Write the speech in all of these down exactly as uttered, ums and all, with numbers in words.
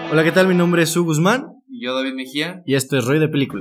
Hola, ¿qué tal? Mi nombre es Su Guzmán. Y yo, David Mejía. Y esto es Roy de Película.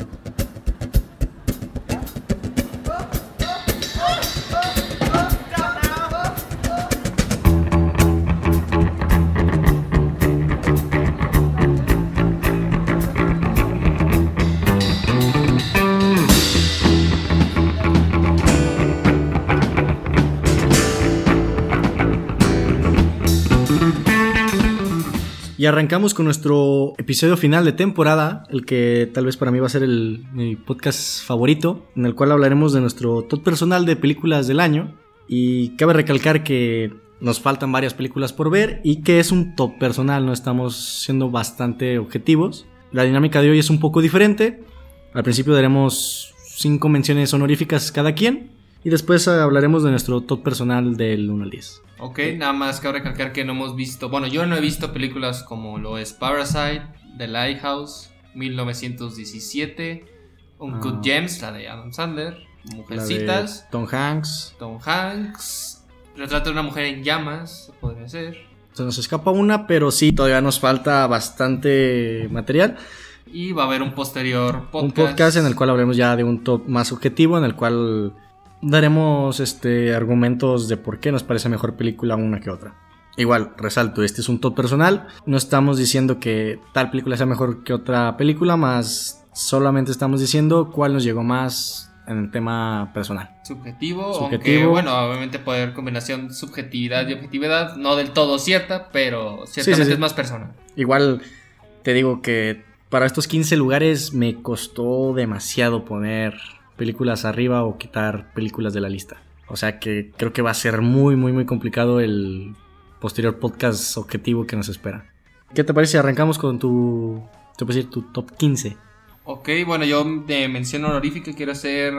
Y arrancamos con nuestro episodio final de temporada, el que tal vez para mí va a ser el, mi podcast favorito, en el cual hablaremos de nuestro top personal de películas del año. Y cabe recalcar que nos faltan varias películas por ver y que es un top personal, no estamos siendo bastante objetivos. La dinámica de hoy es un poco diferente. Al principio daremos cinco menciones honoríficas cada quien y después hablaremos de nuestro top personal del uno al diez. Ok, nada más cabe recalcar que no hemos visto, bueno, yo no he visto películas como lo es Parasite, The Lighthouse, mil novecientos diecisiete, Uncut ah. Gems, la de Adam Sandler, Mujercitas, Tom Hanks, Tom Hanks, Retrato de una mujer en llamas, podría ser. Se nos escapa una, pero sí, todavía nos falta bastante material. Y va a haber un posterior podcast. Un podcast en el cual hablaremos ya de un top más objetivo, en el cual daremos este argumentos de por qué nos parece mejor película una que otra. Igual, resalto, este es un top personal. No estamos diciendo que tal película sea mejor que otra película, más solamente estamos diciendo cuál nos llegó más en el tema personal. Subjetivo, subjetivo. Aunque, bueno, obviamente puede haber combinación subjetividad y objetividad, no del todo cierta, pero ciertamente sí, sí, sí. Es más personal. Igual, te digo que para estos quince lugares me costó demasiado poner películas arriba o quitar películas de la lista. O sea que creo que va a ser muy, muy, muy complicado el posterior podcast objetivo que nos espera. ¿Qué te parece si arrancamos con tu, te puedo decir, tu top quince? Ok, bueno, yo de mención honorífica quiero hacer...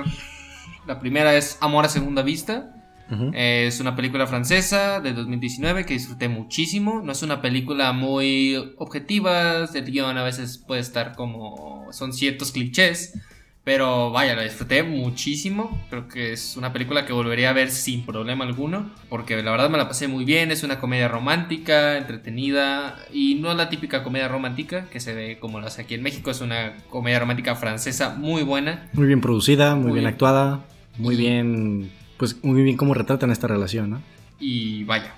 La primera es Amor a Segunda Vista. Uh-huh. eh, Es una película francesa de dos mil diecinueve que disfruté muchísimo. No es una película muy objetiva, el guión a veces puede estar como... Son ciertos clichés, pero vaya, la disfruté muchísimo. Creo que es una película que volvería a ver sin problema alguno, porque la verdad me la pasé muy bien. Es una comedia romántica, entretenida, y no es la típica comedia romántica que se ve como la hace aquí en México. Es una comedia romántica francesa muy buena, muy bien producida, muy, muy bien, bien actuada, muy y... bien, pues muy bien cómo retratan esta relación, ¿no? Y vaya,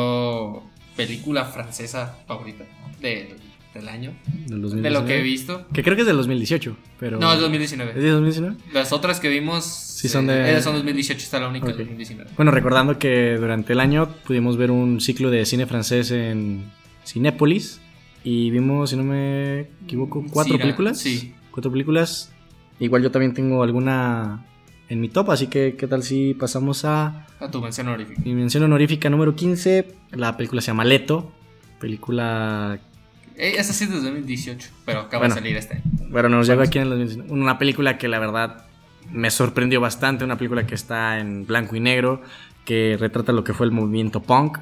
yo película francesa favorita de del año, del dos mil diecinueve, de lo que he visto, que creo que es del dos mil dieciocho, pero no, es dos mil diecinueve. ¿Es de dos mil diecinueve? Las otras que vimos sí son de eh, son dos mil dieciocho, está la única, okay. De dos mil diecinueve. Bueno, recordando que durante el año pudimos ver un ciclo de cine francés en Cinépolis y vimos, si no me equivoco, cuatro Cira, películas. Sí. Cuatro películas. Igual yo también tengo alguna en mi top, así que ¿qué tal si pasamos a a tu mención honorífica? Mi mención honorífica número quince. La película se llama Leto, película... Esa sí es de dos mil dieciocho, pero acaba bueno, de salir este. Bueno, nos llegó aquí en el dos mil diecinueve. Una película que la verdad me sorprendió bastante. Una película que está en blanco y negro, que retrata lo que fue el movimiento punk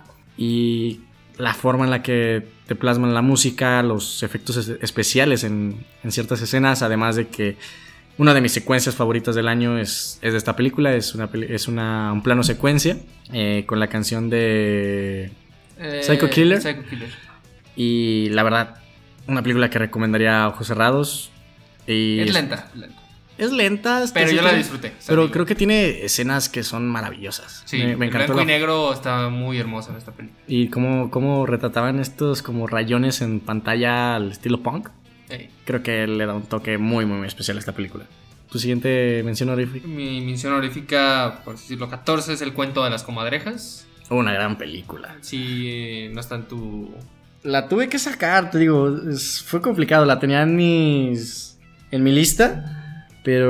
y la forma en la que te plasman la música, los efectos especiales en, en ciertas escenas. Además de que una de mis secuencias favoritas del año es, es de esta película. Es, una, es una, un plano secuencia eh, con la canción de eh, Psycho Killer. Psycho Killer. Y la verdad, una película que recomendaría a ojos cerrados. Y es lenta, lenta. Es lenta. Pero yo la disfruté. Pero digo. Creo que tiene escenas que son maravillosas. Sí, me, me el encantó. Blanco la... y negro está muy hermoso en esta película. Y cómo, cómo retrataban estos como rayones en pantalla al estilo punk. Sí. Creo que le da un toque muy, muy, muy especial a esta película. ¿Tu siguiente mención honorífica? Mi mención honorífica, por decirlo, catorce, es El Cuento de las Comadrejas. Una gran película. Sí, no está en tu... La tuve que sacar, te digo, es, fue complicado, la tenía en mis en mi lista,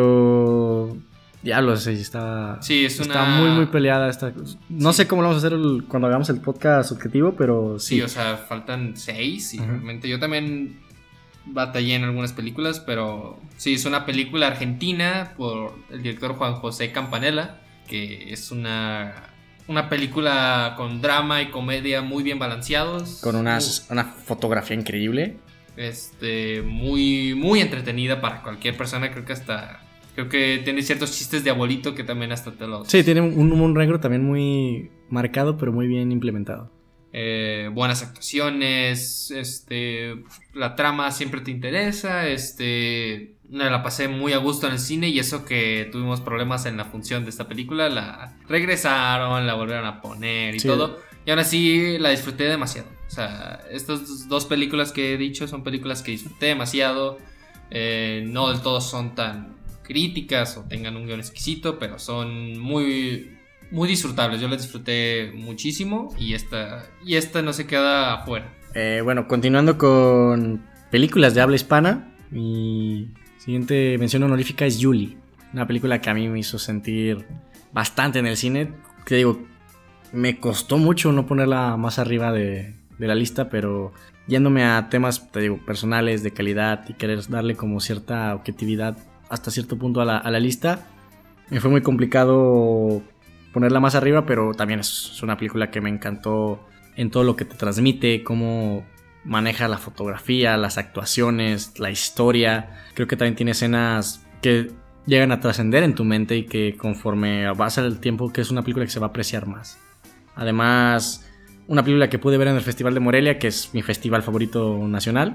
pero diablos, sí, estaba, sí, es estaba una... muy muy peleada esta. No sí. sé cómo lo vamos a hacer el, cuando hagamos el podcast objetivo, pero sí. Sí, o sea, faltan seis y uh-huh. Realmente yo también batallé en algunas películas, pero sí, es una película argentina por el director Juan José Campanella, que es una... Una película con drama y comedia muy bien balanceados. Con una, una fotografía increíble. Este, muy, muy entretenida para cualquier persona. Creo que hasta... Creo que tiene ciertos chistes de abuelito que también hasta te los... Sí, tiene un humor negro también muy marcado, pero muy bien implementado. eh, buenas actuaciones, este, la trama siempre te interesa, este, me la pasé muy a gusto en el cine y eso que tuvimos problemas en la función de esta película, la regresaron, la volvieron a poner y sí. todo, y aún así la disfruté demasiado. O sea, estas dos películas que he dicho son películas que disfruté demasiado, eh, no del todo son tan críticas o tengan un guión exquisito, pero son muy... muy disfrutables, yo las disfruté muchísimo y esta, y esta no se queda afuera. Eh, bueno, continuando con películas de habla hispana, mi siguiente mención honorífica es Julie, una película que a mí me hizo sentir bastante en el cine, que digo, me costó mucho no ponerla más arriba de, de la lista, pero yéndome a temas, te digo, personales, de calidad y querer darle como cierta objetividad hasta cierto punto a la, a la lista, me fue muy complicado ponerla más arriba, pero también es una película que me encantó en todo lo que te transmite, cómo maneja la fotografía, las actuaciones, la historia. Creo que también tiene escenas que llegan a trascender en tu mente y que conforme pasa el tiempo, que es una película que se va a apreciar más. Además, una película que pude ver en el Festival de Morelia, que es mi festival favorito nacional.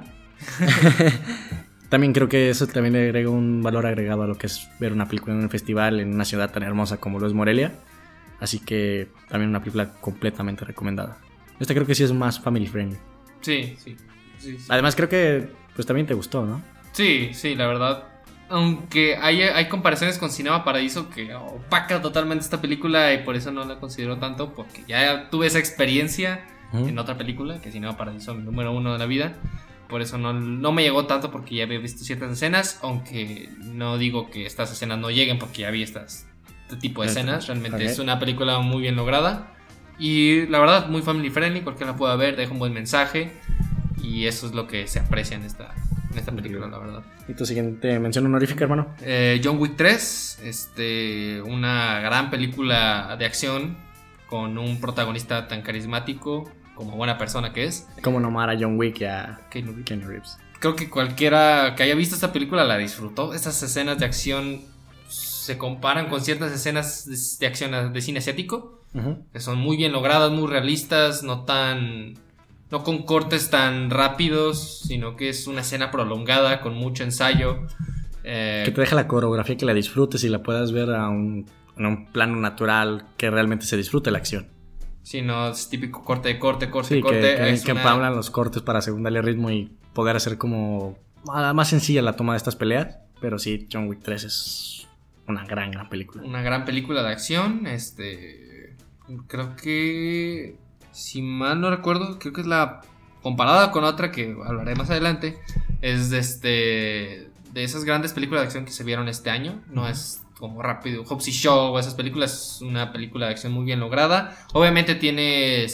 También creo que eso también le agrega un valor agregado a lo que es ver una película en un festival en una ciudad tan hermosa como lo es Morelia. Así que también una película completamente recomendada. Esta creo que sí es más family friendly. Sí, sí, sí, sí. Además creo que pues también te gustó, ¿no? Sí, sí, la verdad. Aunque hay, hay comparaciones con Cinema Paradiso que opaca totalmente esta película y por eso no la considero tanto, porque ya tuve esa experiencia uh-huh. en otra película, que es Cinema Paradiso, mi número uno de la vida. Por eso no, no me llegó tanto, porque ya había visto ciertas escenas, aunque no digo que estas escenas no lleguen porque ya vi estas este tipo de escenas. Realmente okay. es una película muy bien lograda y la verdad muy family friendly, cualquiera la pueda ver, deja un buen mensaje y eso es lo que se aprecia en esta, en esta película, la verdad. ¿Y tu siguiente mención honorífica, hermano? Eh, John Wick tres, este, una gran película de acción con un protagonista tan carismático como buena persona que es. Como nomar a John Wick y a Keanu Reeves. Keanu Reeves. Creo que cualquiera que haya visto esta película la disfrutó. Estas escenas de acción se comparan con ciertas escenas de, de acción de cine asiático, uh-huh. que son muy bien logradas, muy realistas, no tan, no con cortes tan rápidos, sino que es una escena prolongada con mucho ensayo. Eh, que te deja la coreografía, que la disfrutes y la puedas ver a un, en un plano natural, que realmente se disfrute la acción. Sí, no es típico corte de corte, corte, sí, corte. Que, que, es que una... empablan los cortes para según darle ritmo y poder hacer como más sencilla la toma de estas peleas. Pero sí, John Wick tres es una gran, gran película. Una gran película de acción. Este. Creo que. Si mal no recuerdo, creo que es la. Comparada con otra que hablaré más adelante. Es de este. De esas grandes películas de acción que se vieron este año. No uh-huh. es como Rápido, Hobbs y Shaw o esas películas. Es una película de acción muy bien lograda. Obviamente tiene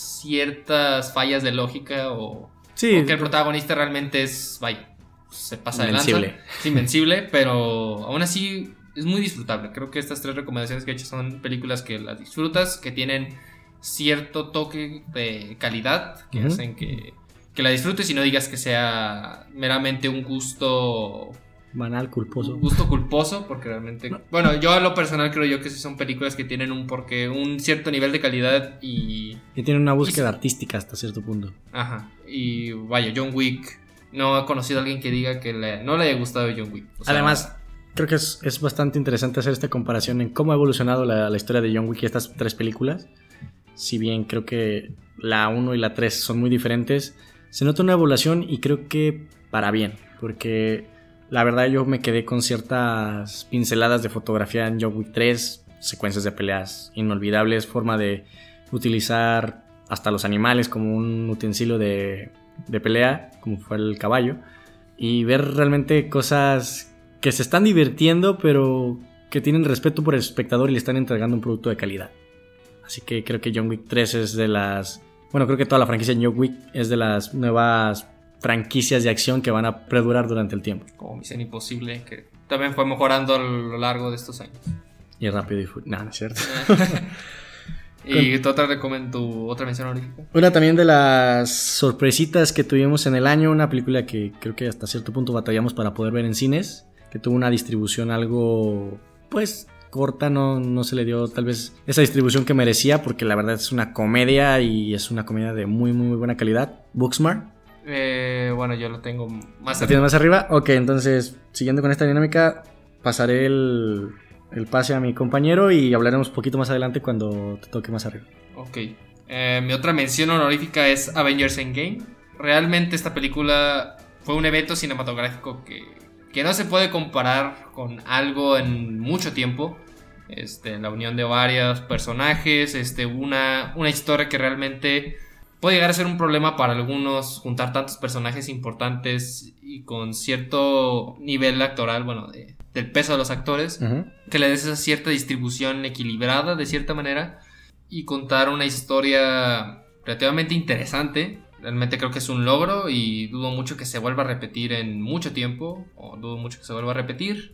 ciertas fallas de lógica. O. Sí. Porque el protagonista realmente es. Vaya. Se pasa de lanza. Invencible. Es invencible. Pero aún así. Es muy disfrutable. Creo que estas tres recomendaciones que he hecho son películas que las disfrutas, que tienen cierto toque de calidad, que uh-huh. hacen que, que la disfrutes y no digas que sea meramente un gusto banal, culposo. Un gusto culposo, porque realmente... No. Bueno, yo a lo personal creo yo que sí son películas que tienen un porqué, un cierto nivel de calidad y... Y tienen una búsqueda y... artística hasta cierto punto. Ajá. Y vaya, John Wick... No he conocido a alguien que diga que le, no le haya gustado John Wick. O sea, además... Creo que es, es bastante interesante hacer esta comparación en cómo ha evolucionado la, la historia de John Wick y estas tres películas. Si bien creo que la uno y la tres son muy diferentes, se nota una evolución y creo que para bien. Porque la verdad yo me quedé con ciertas pinceladas de fotografía en John Wick tres, secuencias de peleas inolvidables, forma de utilizar hasta los animales como un utensilio de, de pelea, como fue el caballo. Y ver realmente cosas... que se están divirtiendo, pero que tienen respeto por el espectador y le están entregando un producto de calidad. Así que creo que John Wick tres es de las... Bueno, creo que toda la franquicia de John Wick es de las nuevas franquicias de acción que van a perdurar durante el tiempo. Como Misión Imposible, que también fue mejorando a lo largo de estos años. Y Rápido y Furioso. No, no es cierto. ¿Y tu otra, recomiendo, tu otra mención honorífica? Una también de las sorpresitas que tuvimos en el año, una película que creo que hasta cierto punto batallamos para poder ver en cines, que tuvo una distribución algo, pues, corta, no, no se le dio tal vez esa distribución que merecía, porque la verdad es una comedia y es una comedia de muy, muy, muy buena calidad. Booksmart. Eh, bueno, yo lo tengo más arriba. ¿Lo tienes más arriba? Ok, entonces, siguiendo con esta dinámica, pasaré el, el pase a mi compañero y hablaremos un poquito más adelante cuando te toque más arriba. Ok. Eh, mi otra mención honorífica es Avengers Endgame. Realmente esta película fue un evento cinematográfico que, que no se puede comparar con algo en mucho tiempo. Este, la unión de varios personajes, este, una, una historia que realmente puede llegar a ser un problema para algunos, juntar tantos personajes importantes y con cierto nivel actoral, bueno, de, del peso de los actores, uh-huh. que le des esa cierta distribución equilibrada de cierta manera y contar una historia relativamente interesante. Realmente creo que es un logro y dudo mucho que se vuelva a repetir en mucho tiempo, o dudo mucho que se vuelva a repetir.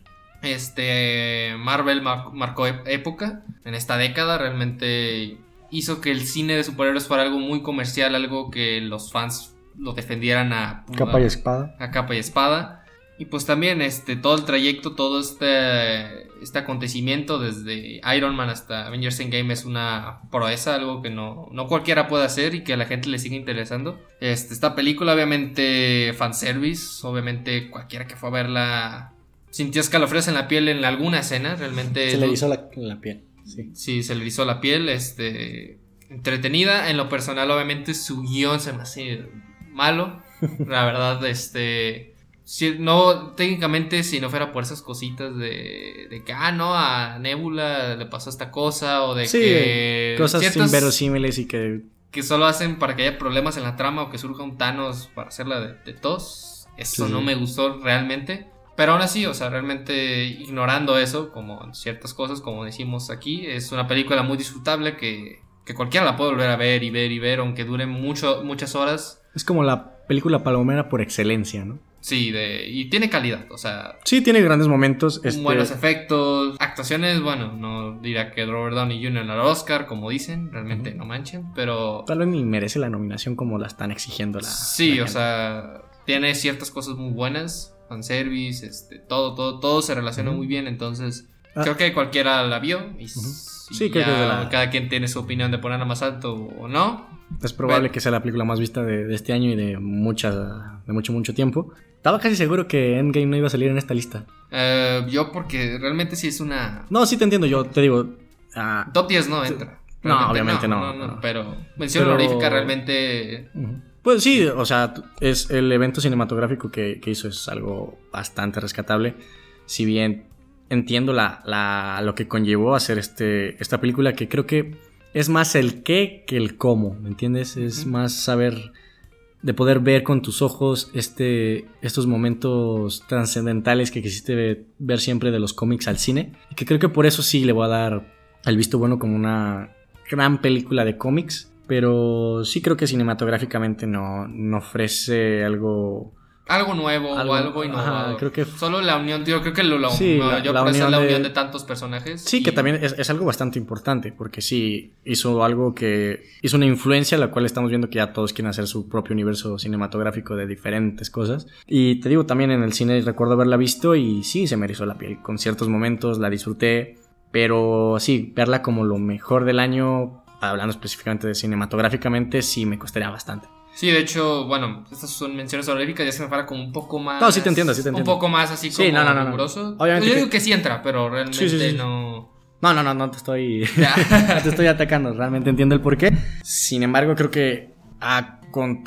Este, Marvel mar- marcó época en esta década, realmente hizo que el cine de superhéroes fuera algo muy comercial, algo que los fans lo defendieran a capa y espada. A capa y espada. Y pues también este, todo el trayecto, todo este, este acontecimiento desde Iron Man hasta Avengers Endgame es una proeza, algo que no, no cualquiera puede hacer y que a la gente le sigue interesando. Este, esta película obviamente fanservice, obviamente cualquiera que fue a verla sintió escalofríos en la piel en alguna escena, realmente. Se le hizo la, la piel, sí. Sí, se le hizo la piel, este, entretenida. En lo personal obviamente su guión se me hace malo, la verdad, este... Si, no, técnicamente, si no fuera por esas cositas de, de que, ah, no, a Nebula le pasó esta cosa, o de sí, que... cosas inverosímiles y que... Que solo hacen para que haya problemas en la trama o que surja un Thanos para hacerla de, de tos. Eso sí. No me gustó realmente. Pero aún así, o sea, realmente ignorando eso, como ciertas cosas, como decimos aquí, es una película muy disfrutable que, que cualquiera la puede volver a ver y ver y ver, aunque dure mucho, muchas horas. Es como la película palomera por excelencia, ¿no? Sí, de, y tiene calidad, o sea... Sí, tiene grandes momentos. Este... Buenos efectos, actuaciones, bueno, no dirá que Robert Downey junior al Oscar, como dicen, realmente uh-huh. no manchen, pero... Tal vez ni merece la nominación como la están exigiendo la... Sí, la o sea, tiene ciertas cosas muy buenas, fanservice, este, todo, todo, todo se relaciona uh-huh. muy bien, entonces... Ah. Creo que cualquiera la vio y, uh-huh. y sí, creo que la... cada quien tiene su opinión de ponerla más alto o no. Es probable pero... que sea la película más vista de, de este año y de mucha, de mucho, mucho tiempo. Estaba casi seguro que Endgame no iba a salir en esta lista. Uh, yo porque realmente sí es una... No, sí te entiendo, yo te digo... Uh, Top diez no entra. No, obviamente no. no, no, no pero mención pero... honorífica realmente... Uh-huh. Pues sí, o sea, es el evento cinematográfico que, que hizo es algo bastante rescatable. Si bien entiendo la, la, lo que conllevó a hacer este, esta película, que creo que es más el qué que el cómo, ¿me entiendes? Es uh-huh. más saber... de poder ver con tus ojos este, estos momentos trascendentales que quisiste ver siempre de los cómics al cine. Y que creo que por eso sí le voy a dar el visto bueno como una gran película de cómics. Pero sí creo que cinematográficamente no, no ofrece algo... Algo nuevo algo, o algo innovador. Ajá, creo que... Solo la unión, yo creo que lo, lo, sí, lo la, yo la, unión la de... unión de tantos personajes. Sí, y... que también es, es algo bastante importante, porque sí hizo algo que hizo una influencia, la cual estamos viendo que ya todos quieren hacer su propio universo cinematográfico de diferentes cosas. Y te digo, también en el cine recuerdo haberla visto y sí, se me erizó la piel. Con ciertos momentos la disfruté, pero sí, verla como lo mejor del año, hablando específicamente de cinematográficamente, sí me costaría bastante. Sí, de hecho, bueno, estas son menciones honoríficas, ya se me para como un poco más... No, sí te entiendo, sí te entiendo. Un poco más así como sí, no, no, no, riguroso. No. Obviamente yo que... digo que sí entra, pero realmente sí, sí, sí. no... No, no, no, no te estoy... no te estoy atacando, realmente entiendo el porqué. Sin embargo, creo que a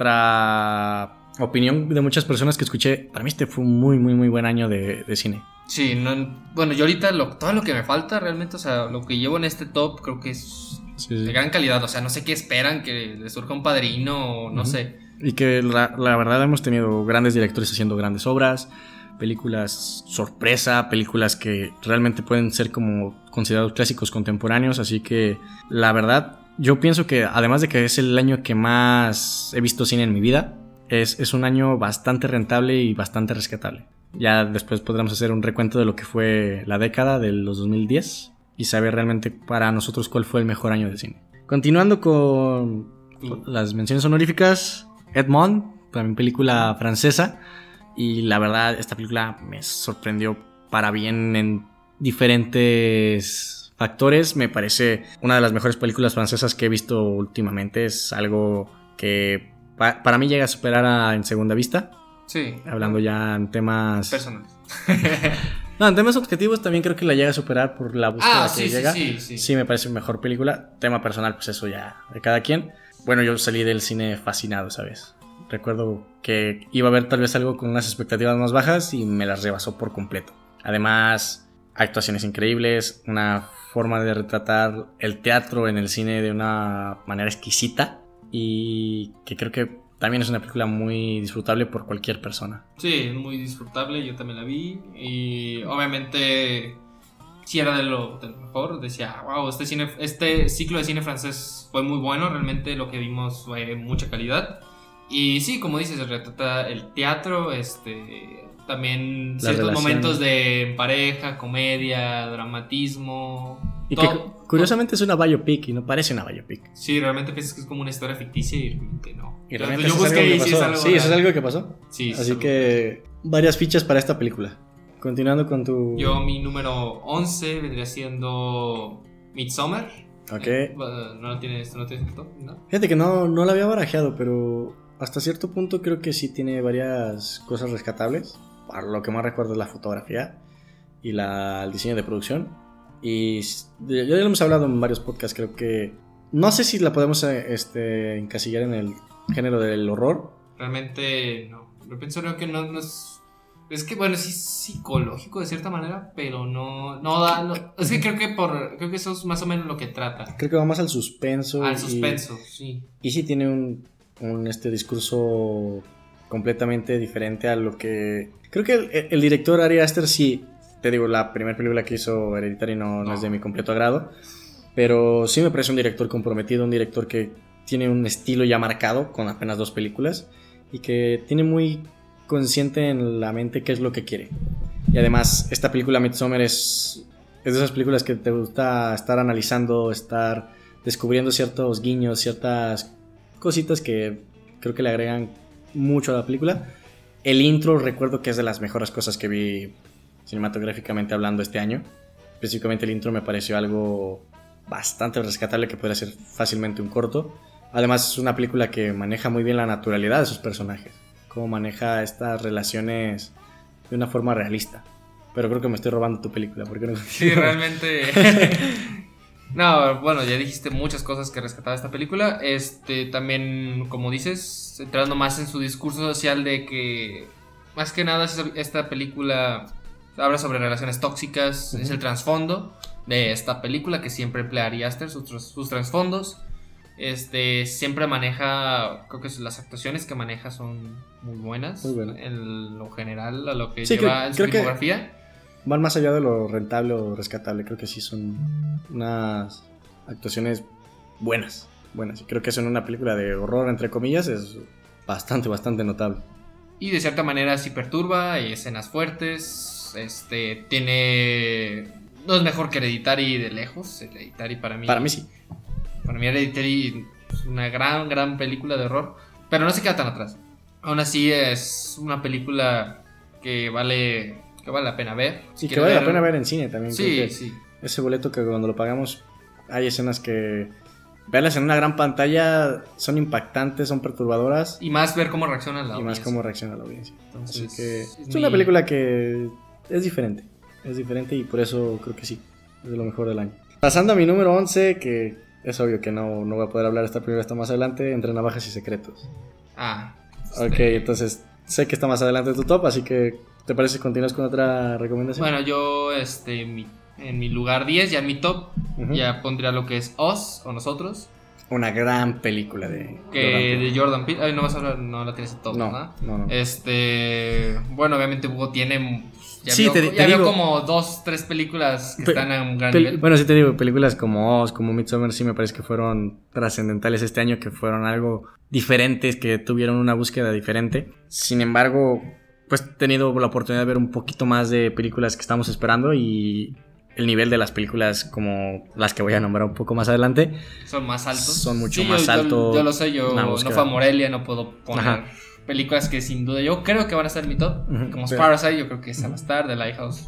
contra opinión de muchas personas que escuché, para mí este fue un muy, muy, muy buen año de, de cine. Sí, no, bueno, yo ahorita lo, todo lo que me falta realmente, o sea, lo que llevo en este top creo que es... Sí, sí. De gran calidad, o sea, no sé qué esperan, que le surja un padrino, o no uh-huh. sé. Y que la, la verdad hemos tenido grandes directores haciendo grandes obras, películas sorpresa, películas que realmente pueden ser como considerados clásicos contemporáneos, así que la verdad yo pienso que además de que es el año que más he visto cine en mi vida, es, es un año bastante rentable y bastante rescatable. Ya después podremos hacer un recuento de lo que fue la década de los dos mil diez y saber realmente para nosotros cuál fue el mejor año de cine. Continuando con las menciones honoríficas, Edmond, también película francesa, y la verdad esta película me sorprendió para bien en diferentes factores. Me parece una de las mejores películas francesas que he visto últimamente. Es algo que pa- para mí llega a superar a En Segunda Vista. Sí. Hablando ya en temas personales. No, en temas objetivos también creo que la llega a superar por la búsqueda ah, que sí, sí, llega. Sí, sí, sí, me parece mejor película. Tema personal, pues eso ya de cada quien. Bueno, yo salí del cine fascinado, ¿sabes? Recuerdo que iba a ver tal vez algo con unas expectativas más bajas y me las rebasó por completo. Además, actuaciones increíbles, una forma de retratar el teatro en el cine de una manera exquisita y que creo que también es una película muy disfrutable por cualquier persona. Sí, es muy disfrutable, yo también la vi y obviamente sí era de lo, de lo mejor. Decía, wow, este, cine, este ciclo de cine francés fue muy bueno, realmente lo que vimos fue mucha calidad. Y sí, como dices, retrata el teatro, este, también Las ciertos relaciones. momentos de pareja, comedia, dramatismo. Y que todo, curiosamente es una biopic y no parece una biopic. Sí, realmente piensas que es como una historia ficticia y realmente no. Y realmente yo eso es busqué algo y que sí es pasó. algo Sí, eso es real. algo que pasó. Sí, Así es que varias fichas para esta película. Continuando con tu... Yo, mi número once vendría siendo Midsommar. Ok. Eh, ¿No lo tienes, no lo tienes escrito? ¿No? Fíjate que no, no la había barajeado, pero hasta cierto punto creo que sí tiene varias cosas rescatables. Para lo que más recuerdo es la fotografía y la, el diseño de producción. Y ya lo hemos hablado en varios podcasts, creo que... No sé si la podemos este, encasillar en el género del horror. Realmente no. Yo pienso que no, no es... Es que bueno, sí es psicológico de cierta manera, pero no, no da... No, es que creo que por creo que eso es más o menos lo que trata. Creo que va más al suspenso. Al y, suspenso, sí. Y sí tiene un, un este discurso completamente diferente a lo que... Creo que el, el director Ari Aster sí... Te digo, la primera película que hizo Hereditary no, no. no es de mi completo agrado. Pero sí me parece un director comprometido, un director que tiene un estilo ya marcado con apenas dos películas y que tiene muy consciente en la mente qué es lo que quiere. Y además, esta película Midsommar es, es de esas películas que te gusta estar analizando, estar descubriendo ciertos guiños, ciertas cositas que creo que le agregan mucho a la película. El intro recuerdo que es de las mejores cosas que vi cinematográficamente hablando este año. Específicamente el intro me pareció algo bastante rescatable que podría ser fácilmente un corto. Además es una película que maneja muy bien la naturalidad de sus personajes, cómo maneja estas relaciones de una forma realista. Pero creo que me estoy robando tu película, ¿por qué no? Sí, realmente. No, bueno, ya dijiste muchas cosas que rescataba esta película. Este, también, como dices, entrando más en su discurso social de que, más que nada, esta película habla sobre relaciones tóxicas, uh-huh. Es el trasfondo de esta película que siempre emplea Ari Aster, sus, sus trasfondos. Este, siempre maneja, creo que las actuaciones que maneja son muy buenas, muy bueno. En lo general, a lo que sí, lleva creo, en su creo filmografía. Van más allá de lo rentable o rescatable, creo que sí son unas actuaciones buenas, buenas. Y creo que eso en una película de horror, entre comillas, es bastante, bastante notable. Y de cierta manera sí perturba, hay escenas fuertes. Este, tiene... No es mejor que Hereditary de lejos. Hereditary para mí... Para mí sí. Para mí Hereditary es una gran, gran película de horror. Pero no se queda tan atrás. Aún así es una película que vale... Que vale la pena ver. Si y que vale ver... la pena ver en cine también. Sí, creo que sí. Ese boleto que cuando lo pagamos hay escenas que... Verlas en una gran pantalla son impactantes, son perturbadoras. Y más ver cómo reacciona la y audiencia. Y más cómo reacciona la audiencia. Entonces, Así que es, es mi... una película que es diferente. Es diferente y por eso creo que sí. Es de lo mejor del año. Pasando a mi número once, que es obvio que no, no voy a poder hablar esta primera hasta más adelante, Entre Navajas y Secretos. Ah. Este... Ok, entonces sé que está más adelante de tu top, así que ¿te parece que continúas con otra recomendación? Bueno, yo este mi, en mi lugar diez, ya en mi top, uh-huh. ya pondría lo que es Us o Nosotros. Una gran película de que Jordan Peele. De Jordan Peele. Ay, no vas a hablar, no la tienes en top, no, ¿no? No, no. Este, bueno, obviamente Hugo tiene ya sí, vio, te, ya te vio digo, como dos, tres películas que pe, están a un gran pe, nivel. Bueno, sí te digo, películas como Oz, como Midsommar, sí me parece que fueron trascendentales este año, que fueron algo diferentes, que tuvieron una búsqueda diferente. Sin embargo, pues he tenido la oportunidad de ver un poquito más de películas que estamos esperando y el nivel de las películas como las que voy a nombrar un poco más adelante son más altos. Son mucho sí, más yo, altos. Yo, yo lo sé, yo no fue a Morelia, no puedo poner Ajá. películas que sin duda yo creo que van a estar en mi top. Uh-huh, como pero, Parasite, yo creo que esa va a estar, The Lighthouse.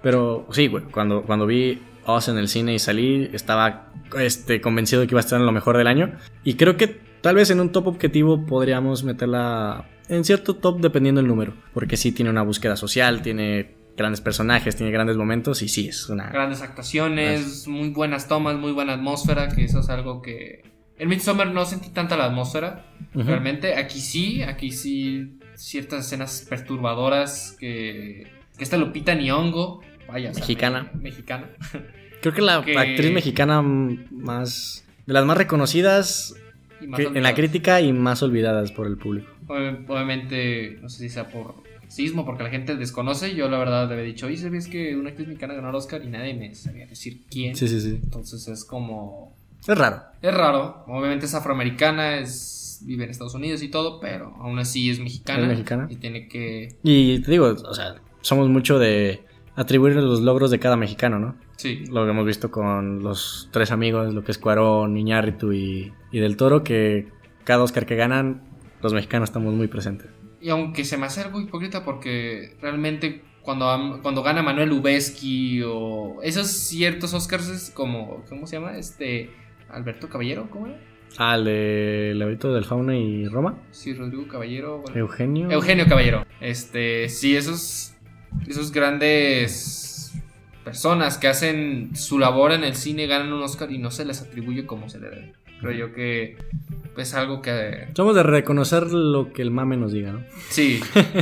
Pero sí, güey, cuando, cuando vi Us en el cine y salí, estaba este, convencido de que iba a estar en lo mejor del año. Y creo que tal vez en un top objetivo podríamos meterla en cierto top dependiendo del número. Porque sí tiene una búsqueda social, tiene grandes personajes, tiene grandes momentos y sí, es una... Grandes actuaciones, es... muy buenas tomas, muy buena atmósfera, que eso es algo que... En Midsommar no sentí tanta la atmósfera, uh-huh. realmente. Aquí sí, aquí sí, ciertas escenas perturbadoras que... que esta Lupita Nyong'o, vaya, mexicana. O sea, me, mexicana. Creo que la que... actriz mexicana más... de las más reconocidas más que, en la crítica y más olvidadas por el público. Obviamente, no sé si sea por sismo, porque la gente desconoce. Yo la verdad le había dicho, oye, ¿sabes que una actriz mexicana ganó el Oscar? Y nadie me sabía decir quién. Sí, sí, sí. Entonces es como... Es raro. Es raro. Obviamente es afroamericana, es vive en Estados Unidos y todo, pero aún así es mexicana. Es mexicana. Y tiene que... Y te digo, o sea, somos mucho de atribuir los logros de cada mexicano, ¿no? Sí. Lo que hemos visto con los tres amigos, lo que es Cuarón, Iñárritu y, y Del Toro, que cada Oscar que ganan, los mexicanos estamos muy presentes. Y aunque se me hace algo hipócrita porque realmente cuando, cuando gana Manuel Lubezki o esos ciertos Oscars es como, ¿cómo se llama? Este, Alberto Caballero, ¿cómo era? Ah, el de Laberinto del Fauno y Roma. Sí, Rodrigo Caballero. Bueno, Eugenio. Eugenio Caballero. Este, sí, esos, esos grandes personas que hacen su labor en el cine ganan un Oscar y no se les atribuye como se le debe. Creo yo que es algo que... Somos de reconocer lo que el mame nos diga, ¿no? Sí.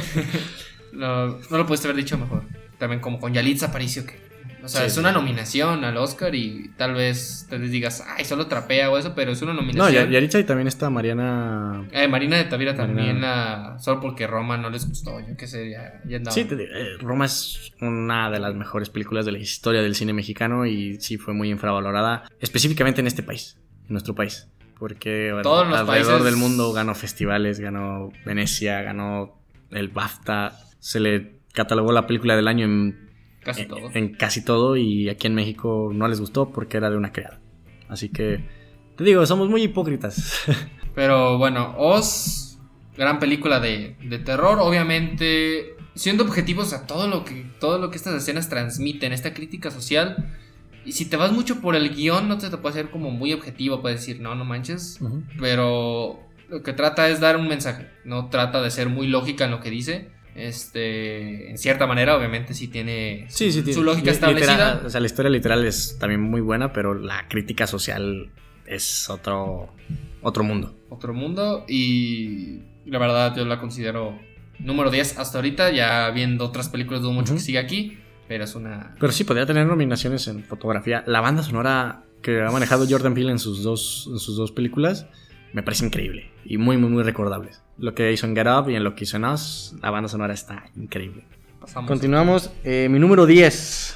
no, no lo pudiste haber dicho mejor. También como con Yalitza Aparicio, que... O sea, sí, es una nominación al Oscar y tal vez te digas, ay, solo trapea o eso, pero es una nominación. No, Yalitza y también está Mariana... Eh, Marina de Tavira también, la... solo porque Roma no les gustó, yo qué sé, ya, ya andaba. Sí, te digo, eh, Roma es una de las mejores películas de la historia del cine mexicano y sí fue muy infravalorada, específicamente en este país, en nuestro país. Porque bueno, todos los alrededor países... del mundo ganó festivales, ganó Venecia, ganó el BAFTA, se le catalogó la película del año en... Casi todo. En, en casi todo, y aquí en México no les gustó porque era de una criada. Así que, te digo, somos muy hipócritas. Pero bueno, Oz, gran película de, de terror, obviamente, siendo objetivos a todo lo que todo lo que estas escenas transmiten, esta crítica social. Y si te vas mucho por el guión, no te, te puede hacer como muy objetivo, puedes decir, no, no manches. Uh-huh. Pero lo que trata es dar un mensaje, no trata de ser muy lógica en lo que dice. Este, en cierta manera, obviamente sí tiene su, sí, sí, tiene, su lógica literal, establecida. O sea, la historia literal es también muy buena, pero la crítica social es otro otro mundo. Otro mundo y la verdad yo la considero número diez hasta ahorita, ya viendo otras películas dudo mucho uh-huh. que siga aquí, pero es una... Pero sí, podría tener nominaciones en fotografía. La banda sonora que ha manejado Jordan Peele en sus dos, en sus dos películas me parece increíble y muy, muy, muy recordable. Lo que hizo en Get Up y en lo que hizo en Us, la banda sonora está increíble. Pasamos Continuamos. Eh, mi número diez.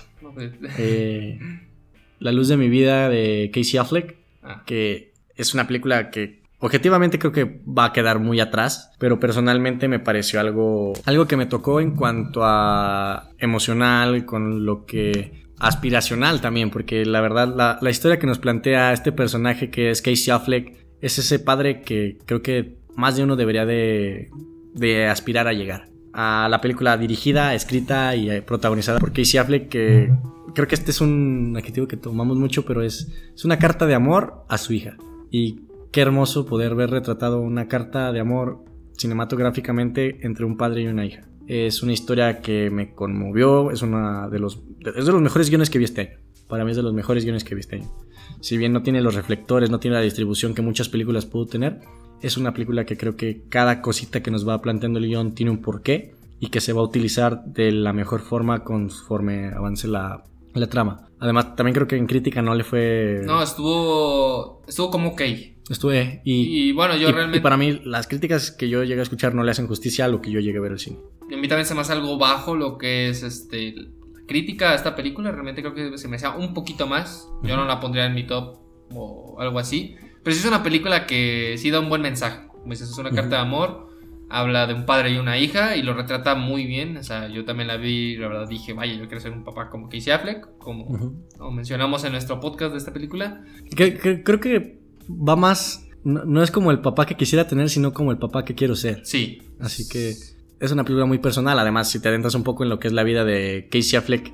eh, La luz de mi vida de Casey Affleck. Ah. Que es una película que objetivamente creo que va a quedar muy atrás. Pero personalmente me pareció algo, algo que me tocó en cuanto a emocional, con lo que... aspiracional también. Porque la verdad, la, la historia que nos plantea este personaje que es Casey Affleck es ese padre que creo que más de uno debería de, de aspirar a llegar. A la película dirigida, escrita y protagonizada por Casey Affleck, que creo que este es un adjetivo que tomamos mucho, pero es, es una carta de amor a su hija. Y qué hermoso poder ver retratado una carta de amor cinematográficamente entre un padre y una hija. Es una historia que me conmovió, es, una de los, es de los mejores guiones que vi este año. Para mí es de los mejores guiones que vi este año. Si bien no tiene los reflectores, no tiene la distribución que muchas películas pudo tener, es una película que creo que cada cosita que nos va planteando el guión tiene un porqué y que se va a utilizar de la mejor forma conforme avance la, la trama. Además, también creo que en crítica no le fue... No, estuvo estuvo como ok. Estuve y, y bueno, yo y, realmente... Y para mí, las críticas que yo llegué a escuchar no le hacen justicia a lo que yo llegué a ver al cine. Y a mí también se me hace algo bajo lo que es este... crítica a esta película, realmente creo que se me hacía un poquito más. Yo no la pondría en mi top o algo así, pero sí es una película que sí da un buen mensaje. Como dices, es una uh-huh. carta de amor, habla de un padre y una hija y lo retrata muy bien. O sea, yo también la vi y la verdad dije, vaya, yo quiero ser un papá como Casey Affleck, como, uh-huh. como mencionamos en nuestro podcast de esta película. Que, que, creo que va más, no, no es como el papá que quisiera tener, sino como el papá que quiero ser. Sí. Así que es una película muy personal. Además, si te adentras un poco en lo que es la vida de Casey Affleck,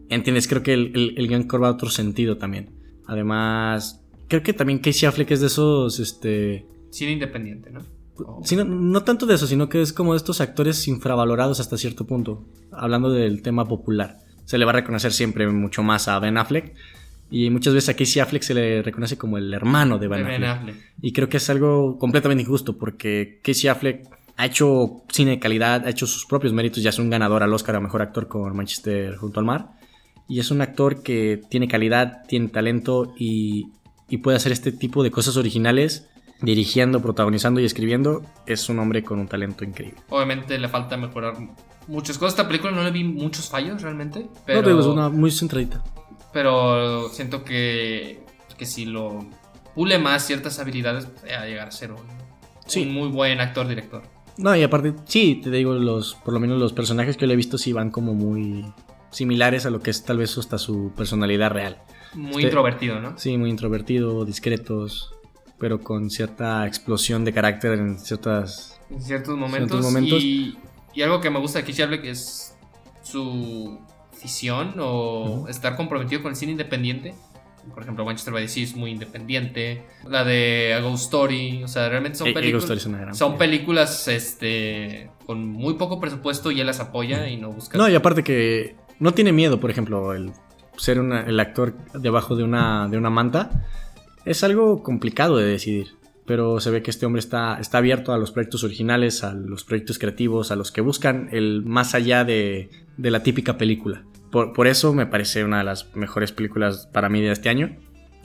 entiendes, creo que el, el, el guión cobra otro sentido también. Además, creo que también Casey Affleck es de esos, este... Cine independiente, ¿no? Oh. Sí, no, no tanto de eso, sino que es como de estos actores infravalorados hasta cierto punto. Hablando del tema popular. Se le va a reconocer siempre mucho más a Ben Affleck. Y muchas veces a Casey Affleck se le reconoce como el hermano de Ben, de Ben Affleck. Affleck. Y creo que es algo completamente injusto, porque Casey Affleck ha hecho cine de calidad, ha hecho sus propios méritos, ya es un ganador al Oscar a Mejor Actor con Manchester junto al mar. Y es un actor que tiene calidad, tiene talento y, y puede hacer este tipo de cosas originales, dirigiendo, protagonizando y escribiendo. Es un hombre con un talento increíble. Obviamente le falta mejorar muchas cosas. Esta película no le vi muchos fallos realmente, pero... No, pero es una muy centradita. Pero siento que, que si lo pule más ciertas habilidades, pues, va a llegar a ser un, sí. un muy buen actor-director. No, y aparte, sí, te digo, los por lo menos los personajes que yo le he visto sí van como muy similares a lo que es tal vez hasta su personalidad real. Muy este, introvertido, ¿no? Sí, muy introvertido, discretos, pero con cierta explosión de carácter en ciertas en ciertos momentos. Ciertos momentos. Y, y algo que me gusta de Casey Affleck es su afición o uh-huh. estar comprometido con el cine independiente. Por ejemplo, Manchester by the Sea es muy independiente. La de A Ghost Story, o sea, realmente son películas son, son películas este con muy poco presupuesto y él las apoya uh-huh. y no busca. No, y aparte que no tiene miedo, por ejemplo, el ser una, el actor debajo de una de una manta es algo complicado de decidir. Pero se ve que este hombre está, está abierto a los proyectos originales, a los proyectos creativos, a los que buscan el más allá de, de la típica película. Por, por eso me parece una de las mejores películas para mí de este año.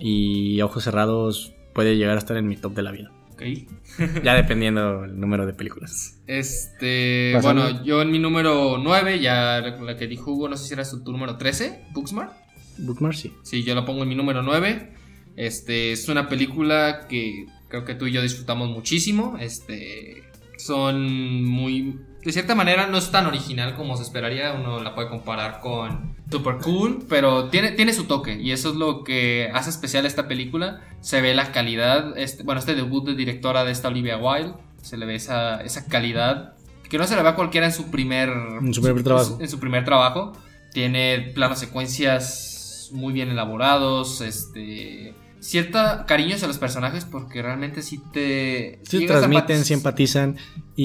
Y a ojos cerrados puede llegar a estar en mi top de la vida. Ok. Ya dependiendo el número de películas. Este, Pasando. Bueno, yo en mi número nueve, ya la que dijo Hugo, no sé si era su, tu número trece, Booksmart. Booksmart, sí. Sí, yo la pongo en mi número nueve. Este, es una película que creo que tú y yo disfrutamos muchísimo. Este, son muy... De cierta manera no es tan original como se esperaría. Uno la puede comparar con Super Cool, pero tiene, tiene su toque. Y eso es lo que hace especial esta película. Se ve la calidad. Este, bueno, este debut de directora de esta Olivia Wilde. Se le ve esa, esa calidad que no se le ve a cualquiera en su primer... En su primer su, trabajo. En su primer trabajo. Tiene planos secuencias muy bien elaborados. Este... cierta cariño hacia los personajes porque realmente sí te... Sí transmiten, sí empatizan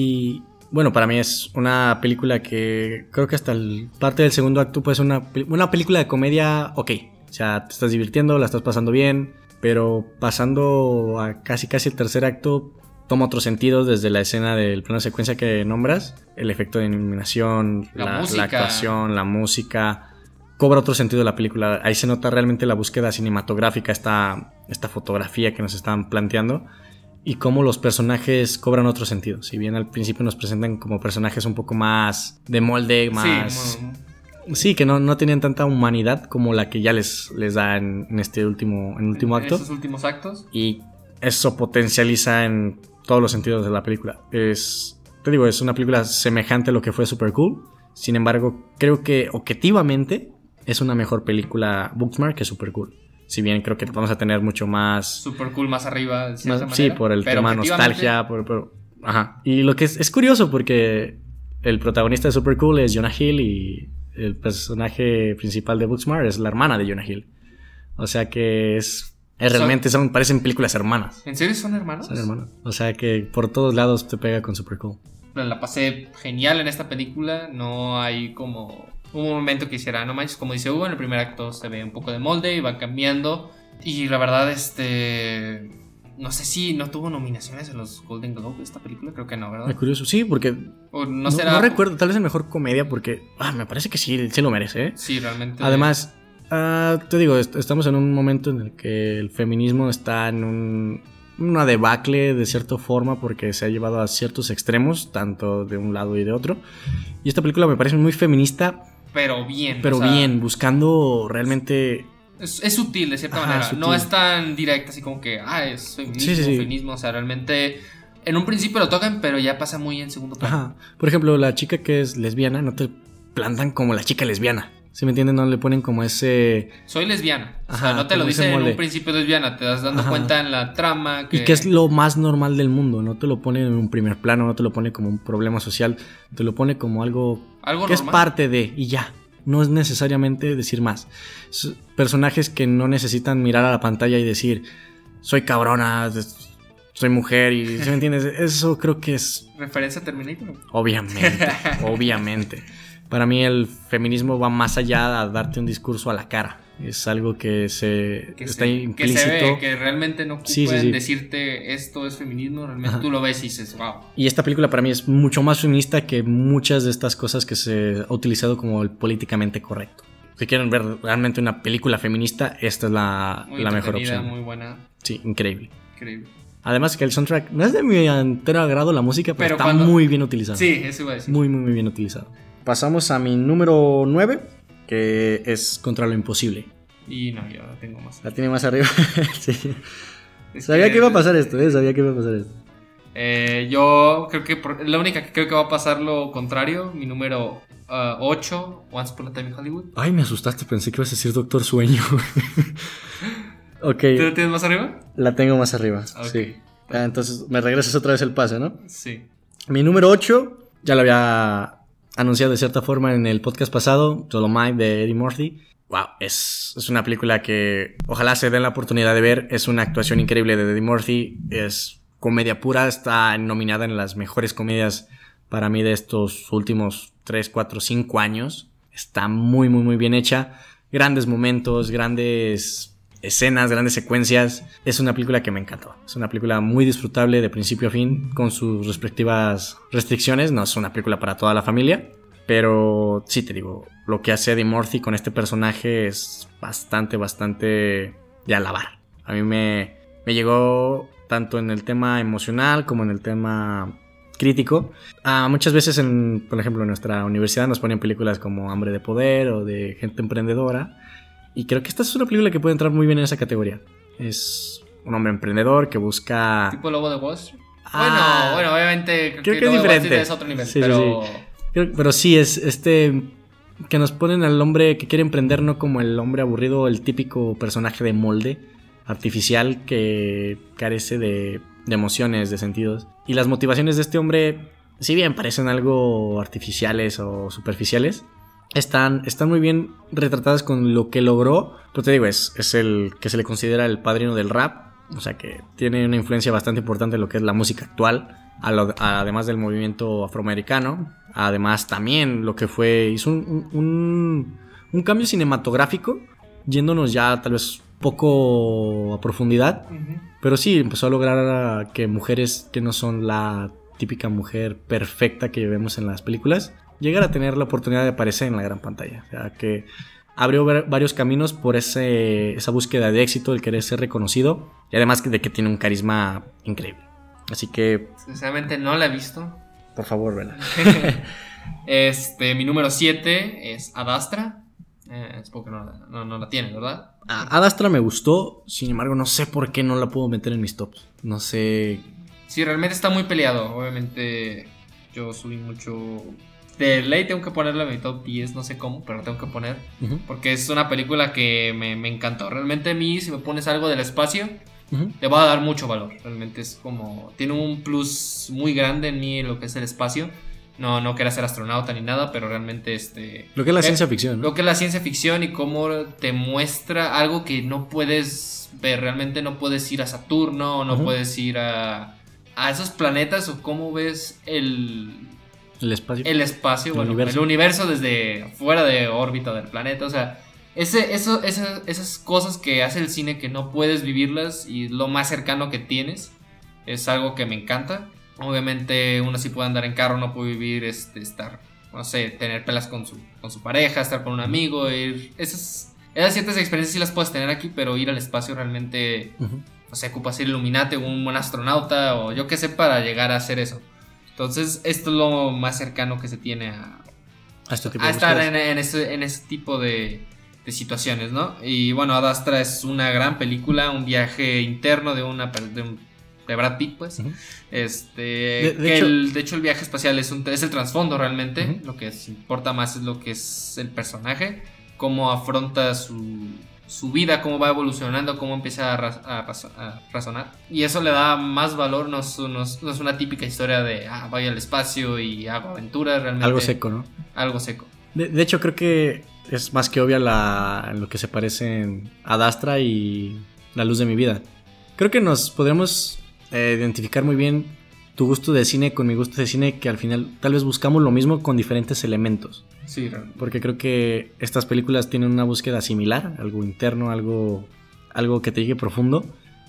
y bueno, para mí es una película que creo que hasta el parte del segundo acto puede ser una, una película de comedia ok, o sea, te estás divirtiendo, la estás pasando bien, pero pasando a casi casi el tercer acto toma otro sentido desde la escena del plano de secuencia que nombras, el efecto de iluminación, la, la, la actuación, la música... cobra otro sentido la película. Ahí se nota realmente la búsqueda cinematográfica, esta, esta fotografía que nos están planteando y cómo los personajes cobran otro sentido. Si bien al principio nos presentan como personajes un poco más de molde, más... Sí, bueno. sí que no, no tienen tanta humanidad como la que ya les, les da en, en este último, en el último en acto. En esos últimos actos. Y eso potencializa en todos los sentidos de la película. Es, te digo, es una película semejante a lo que fue Super Cool. Sin embargo, creo que objetivamente... es una mejor película Booksmart que Super Cool. Si bien creo que vamos a tener mucho más... Super Cool más arriba, de cierta más, Sí, por el tema nostalgia. Por, por, ajá. Y lo que es, es curioso porque el protagonista de Super Cool es Jonah Hill y el personaje principal de Booksmart es la hermana de Jonah Hill. O sea que es... es realmente son, parecen películas hermanas. ¿En serio son hermanos? Son hermanos. O sea que por todos lados te pega con Super Cool. La pasé genial en esta película. No hay como... un momento que hiciera, no manches, como dice Hugo, en el primer acto se ve un poco de molde y va cambiando. Y la verdad, este... no sé si no tuvo nominaciones en los Golden Globe esta película, creo que no, ¿verdad? Es curioso, sí, porque... O no, no, será... no recuerdo, tal vez es mejor comedia porque... Ah, me parece que sí, sí lo merece, ¿eh? Sí, realmente... Además, uh, te digo, est- estamos en un momento en el que el feminismo está en un... una debacle de cierta forma porque se ha llevado a ciertos extremos, tanto de un lado y de otro. Y esta película me parece muy feminista... Pero bien. Pero o sea, bien, buscando realmente... Es, es sutil de cierta Ajá, manera. Sutil. No es tan directa así como que, ah, es feminismo, sí, sí, sí. feminismo. O sea, realmente en un principio lo tocan, pero ya pasa muy en segundo plano. Ajá. Por ejemplo, la chica que es lesbiana, no te plantan como la chica lesbiana. ¿Sí me entienden? No le ponen como ese... Soy lesbiana. Ajá, o sea, no te lo dicen en un principio lesbiana. Te das dando Ajá. cuenta en la trama. Que... Y que es lo más normal del mundo. No te lo ponen en un primer plano. No te lo pone como un problema social. Te lo pone como algo... Algo que normal. Es parte de... Y ya. no es necesariamente decir más. Es personajes que no necesitan mirar a la pantalla y decir, soy cabrona, soy mujer, y ¿sí me entiendes? Eso creo que es... ¿Referencia a Terminator? Obviamente, obviamente. Para mí el feminismo va más allá de darte un discurso a la cara. Es algo que se que está se, implícito. Que se ve, que realmente no ocupan sí, sí, sí. decirte esto es feminismo, realmente Ajá. tú lo ves y dices, wow. Y esta película para mí es mucho más feminista que muchas de estas cosas que se ha utilizado como el políticamente correcto. Si quieren ver realmente una película feminista, esta es la, muy la mejor opción. Muy buena. Sí, increíble. Increíble. Además que el soundtrack no es de mi entero agrado la música, pero, pero está cuando... muy bien utilizado. Sí, eso iba a decir. Muy, muy, muy bien utilizado. Pasamos a mi número nueve, que es Contra lo Imposible. Y no, yo la tengo más. La tiene más arriba. Sí. Sabía que, que iba a pasar esto, ¿eh? Sabía que iba a pasar esto. Eh, yo creo que por, la única que creo que va a pasar lo contrario, mi número uh, ocho, Once Upon a Time in Hollywood. Ay, me asustaste, pensé que ibas a decir Doctor Sueño. Ok. ¿Tú la tienes más arriba? La tengo más arriba, okay. Sí. Ah, entonces me regresas otra vez el pase, ¿no? Sí. Mi número ocho, ya lo había anunciado de cierta forma en el podcast pasado, Dolomite de Eddie Murphy. Wow, es, es una película que ojalá se den la oportunidad de ver. Es una actuación increíble de Eddie Murphy. Es comedia pura, está nominada en las mejores comedias para mí de estos últimos tres, cuatro, cinco años. Está muy, muy, muy bien hecha. Grandes momentos, grandes escenas, grandes secuencias. Es una película que me encantó. Es una película muy disfrutable de principio a fin, con sus respectivas restricciones. No es una película para toda la familia, pero sí te digo, lo que hace Eddie Murphy con este personaje es bastante, bastante de alabar. A mí me, me llegó tanto en el tema emocional como en el tema crítico. Ah, muchas veces, en, por ejemplo, en nuestra universidad nos ponen películas como Hambre de Poder o de gente emprendedora. Y creo que esta es una película que puede entrar muy bien en esa categoría. Es un hombre emprendedor que busca... ¿Tipo Lobo de Wall Street? Ah, bueno, bueno, obviamente creo, creo que, que es diferente. Es otro nivel, sí, pero... Sí, sí. Creo, pero sí, es este... que nos ponen al hombre que quiere emprender no como el hombre aburrido, el típico personaje de molde artificial que carece de, de emociones, de sentidos. Y las motivaciones de este hombre, si bien parecen algo artificiales o superficiales, Están, están muy bien retratadas con lo que logró. Pero te digo, es, es el que se le considera el padrino del rap. O sea que tiene una influencia bastante importante en lo que es la música actual, a lo, a, además del movimiento afroamericano. Además también lo que fue, hizo un, un, un cambio cinematográfico, yéndonos ya tal vez poco a profundidad. Uh-huh. Pero sí, empezó a lograr que mujeres que no son la típica mujer perfecta que vemos en las películas, llegar a tener la oportunidad de aparecer en la gran pantalla. O sea, que abrió varios caminos por ese, esa búsqueda de éxito, el querer ser reconocido, y además de que tiene un carisma increíble. Así que... Sinceramente no la he visto. Por favor, vela. este, mi número siete es Ad Astra. Eh, es porque no, no, no la tiene, ¿verdad? Ah, Ad Astra me gustó, sin embargo no sé por qué no la puedo meter en mis tops. No sé... Sí, realmente está muy peleado. Obviamente yo subí mucho... De ley tengo que ponerla en mi top diez, no sé cómo, pero la tengo que poner. Uh-huh. Porque es una película que me, me encantó. Realmente a mí, si me pones algo del espacio, uh-huh, le va a dar mucho valor. Realmente es como... Tiene un plus muy grande en mí lo que es el espacio. No, no quería ser astronauta ni nada, pero realmente este... Lo que es la eh, ciencia ficción, ¿no? Lo que es la ciencia ficción y cómo te muestra algo que no puedes ver. Realmente no puedes ir a Saturno, no uh-huh, puedes ir a, a esos planetas, o cómo ves el... El espacio. El espacio, el bueno, universo. el universo desde fuera de órbita del planeta. O sea, ese, eso, esa, esas cosas que hace el cine que no puedes vivirlas y lo más cercano que tienes es algo que me encanta. Obviamente uno sí puede andar en carro, no puede vivir, este, estar, no sé, tener pelas con su, con su pareja, estar con un amigo, ir, esas, esas ciertas experiencias sí las puedes tener aquí, pero ir al espacio realmente, uh-huh, no sé, ocupa ser Illuminati o un buen astronauta o yo qué sé para llegar a hacer eso. Entonces, esto es lo más cercano que se tiene a, a, este tipo a estar en, en, ese, en ese tipo de, de situaciones, ¿no? Y bueno, Ad Astra es una gran película, un viaje interno de una de, un, de Brad Pitt, pues. Uh-huh. Este, de, de, que hecho, el, de hecho, el viaje espacial es, un, es el trasfondo realmente. Uh-huh. Lo que es, importa más es lo que es el personaje, cómo afronta su... su vida, cómo va evolucionando, cómo empieza a, raz- a, raz- a razonar. Y eso le da más valor, no es, no es, no es una típica historia de, ah, voy al espacio y hago aventuras, realmente. Algo seco, ¿no? Algo seco. De, de hecho, creo que es más que obvia la, lo que se parecen Ad Astra y La luz de mi vida. Creo que nos podríamos eh, identificar muy bien tu gusto de cine con mi gusto de cine, que al final tal vez buscamos lo mismo con diferentes elementos. Sí, realmente. Porque creo que estas películas tienen una búsqueda similar, algo interno, algo, algo que te llegue profundo.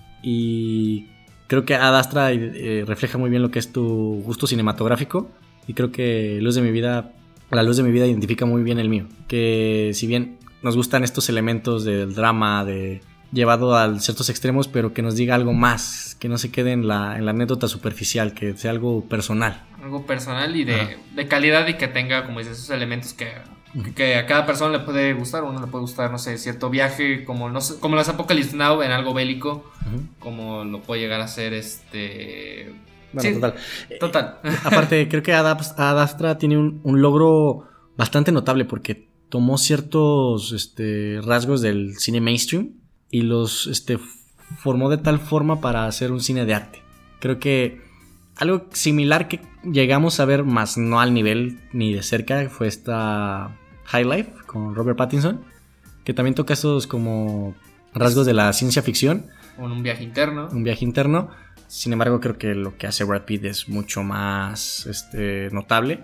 Y creo que Ad Astra eh, refleja muy bien lo que es tu gusto cinematográfico. Y creo que Luz de mi vida, La luz de mi vida identifica muy bien el mío. Que si bien nos gustan estos elementos del drama, de llevado a ciertos extremos, pero que nos diga algo más, que no se quede en la, en la anécdota superficial, que sea algo personal. Algo personal y de, de calidad, y que tenga, como dices, esos elementos que, que a cada persona le puede gustar. A uno le puede gustar, no sé, cierto viaje, como, no sé, como las Apocalypse Now en algo bélico, uh-huh. como lo puede llegar a ser este... Bueno, sí, total. Total. Eh, aparte, creo que Ad Astra tiene un, un logro bastante notable, porque tomó ciertos este, rasgos del cine mainstream y los este, formó de tal forma para hacer un cine de arte. Creo que algo similar que llegamos a ver, más no al nivel ni de cerca, fue esta High Life con Robert Pattinson, que también toca estos como rasgos de la ciencia ficción. Con un viaje interno. Un viaje interno. Sin embargo, creo que lo que hace Brad Pitt es mucho más este, notable.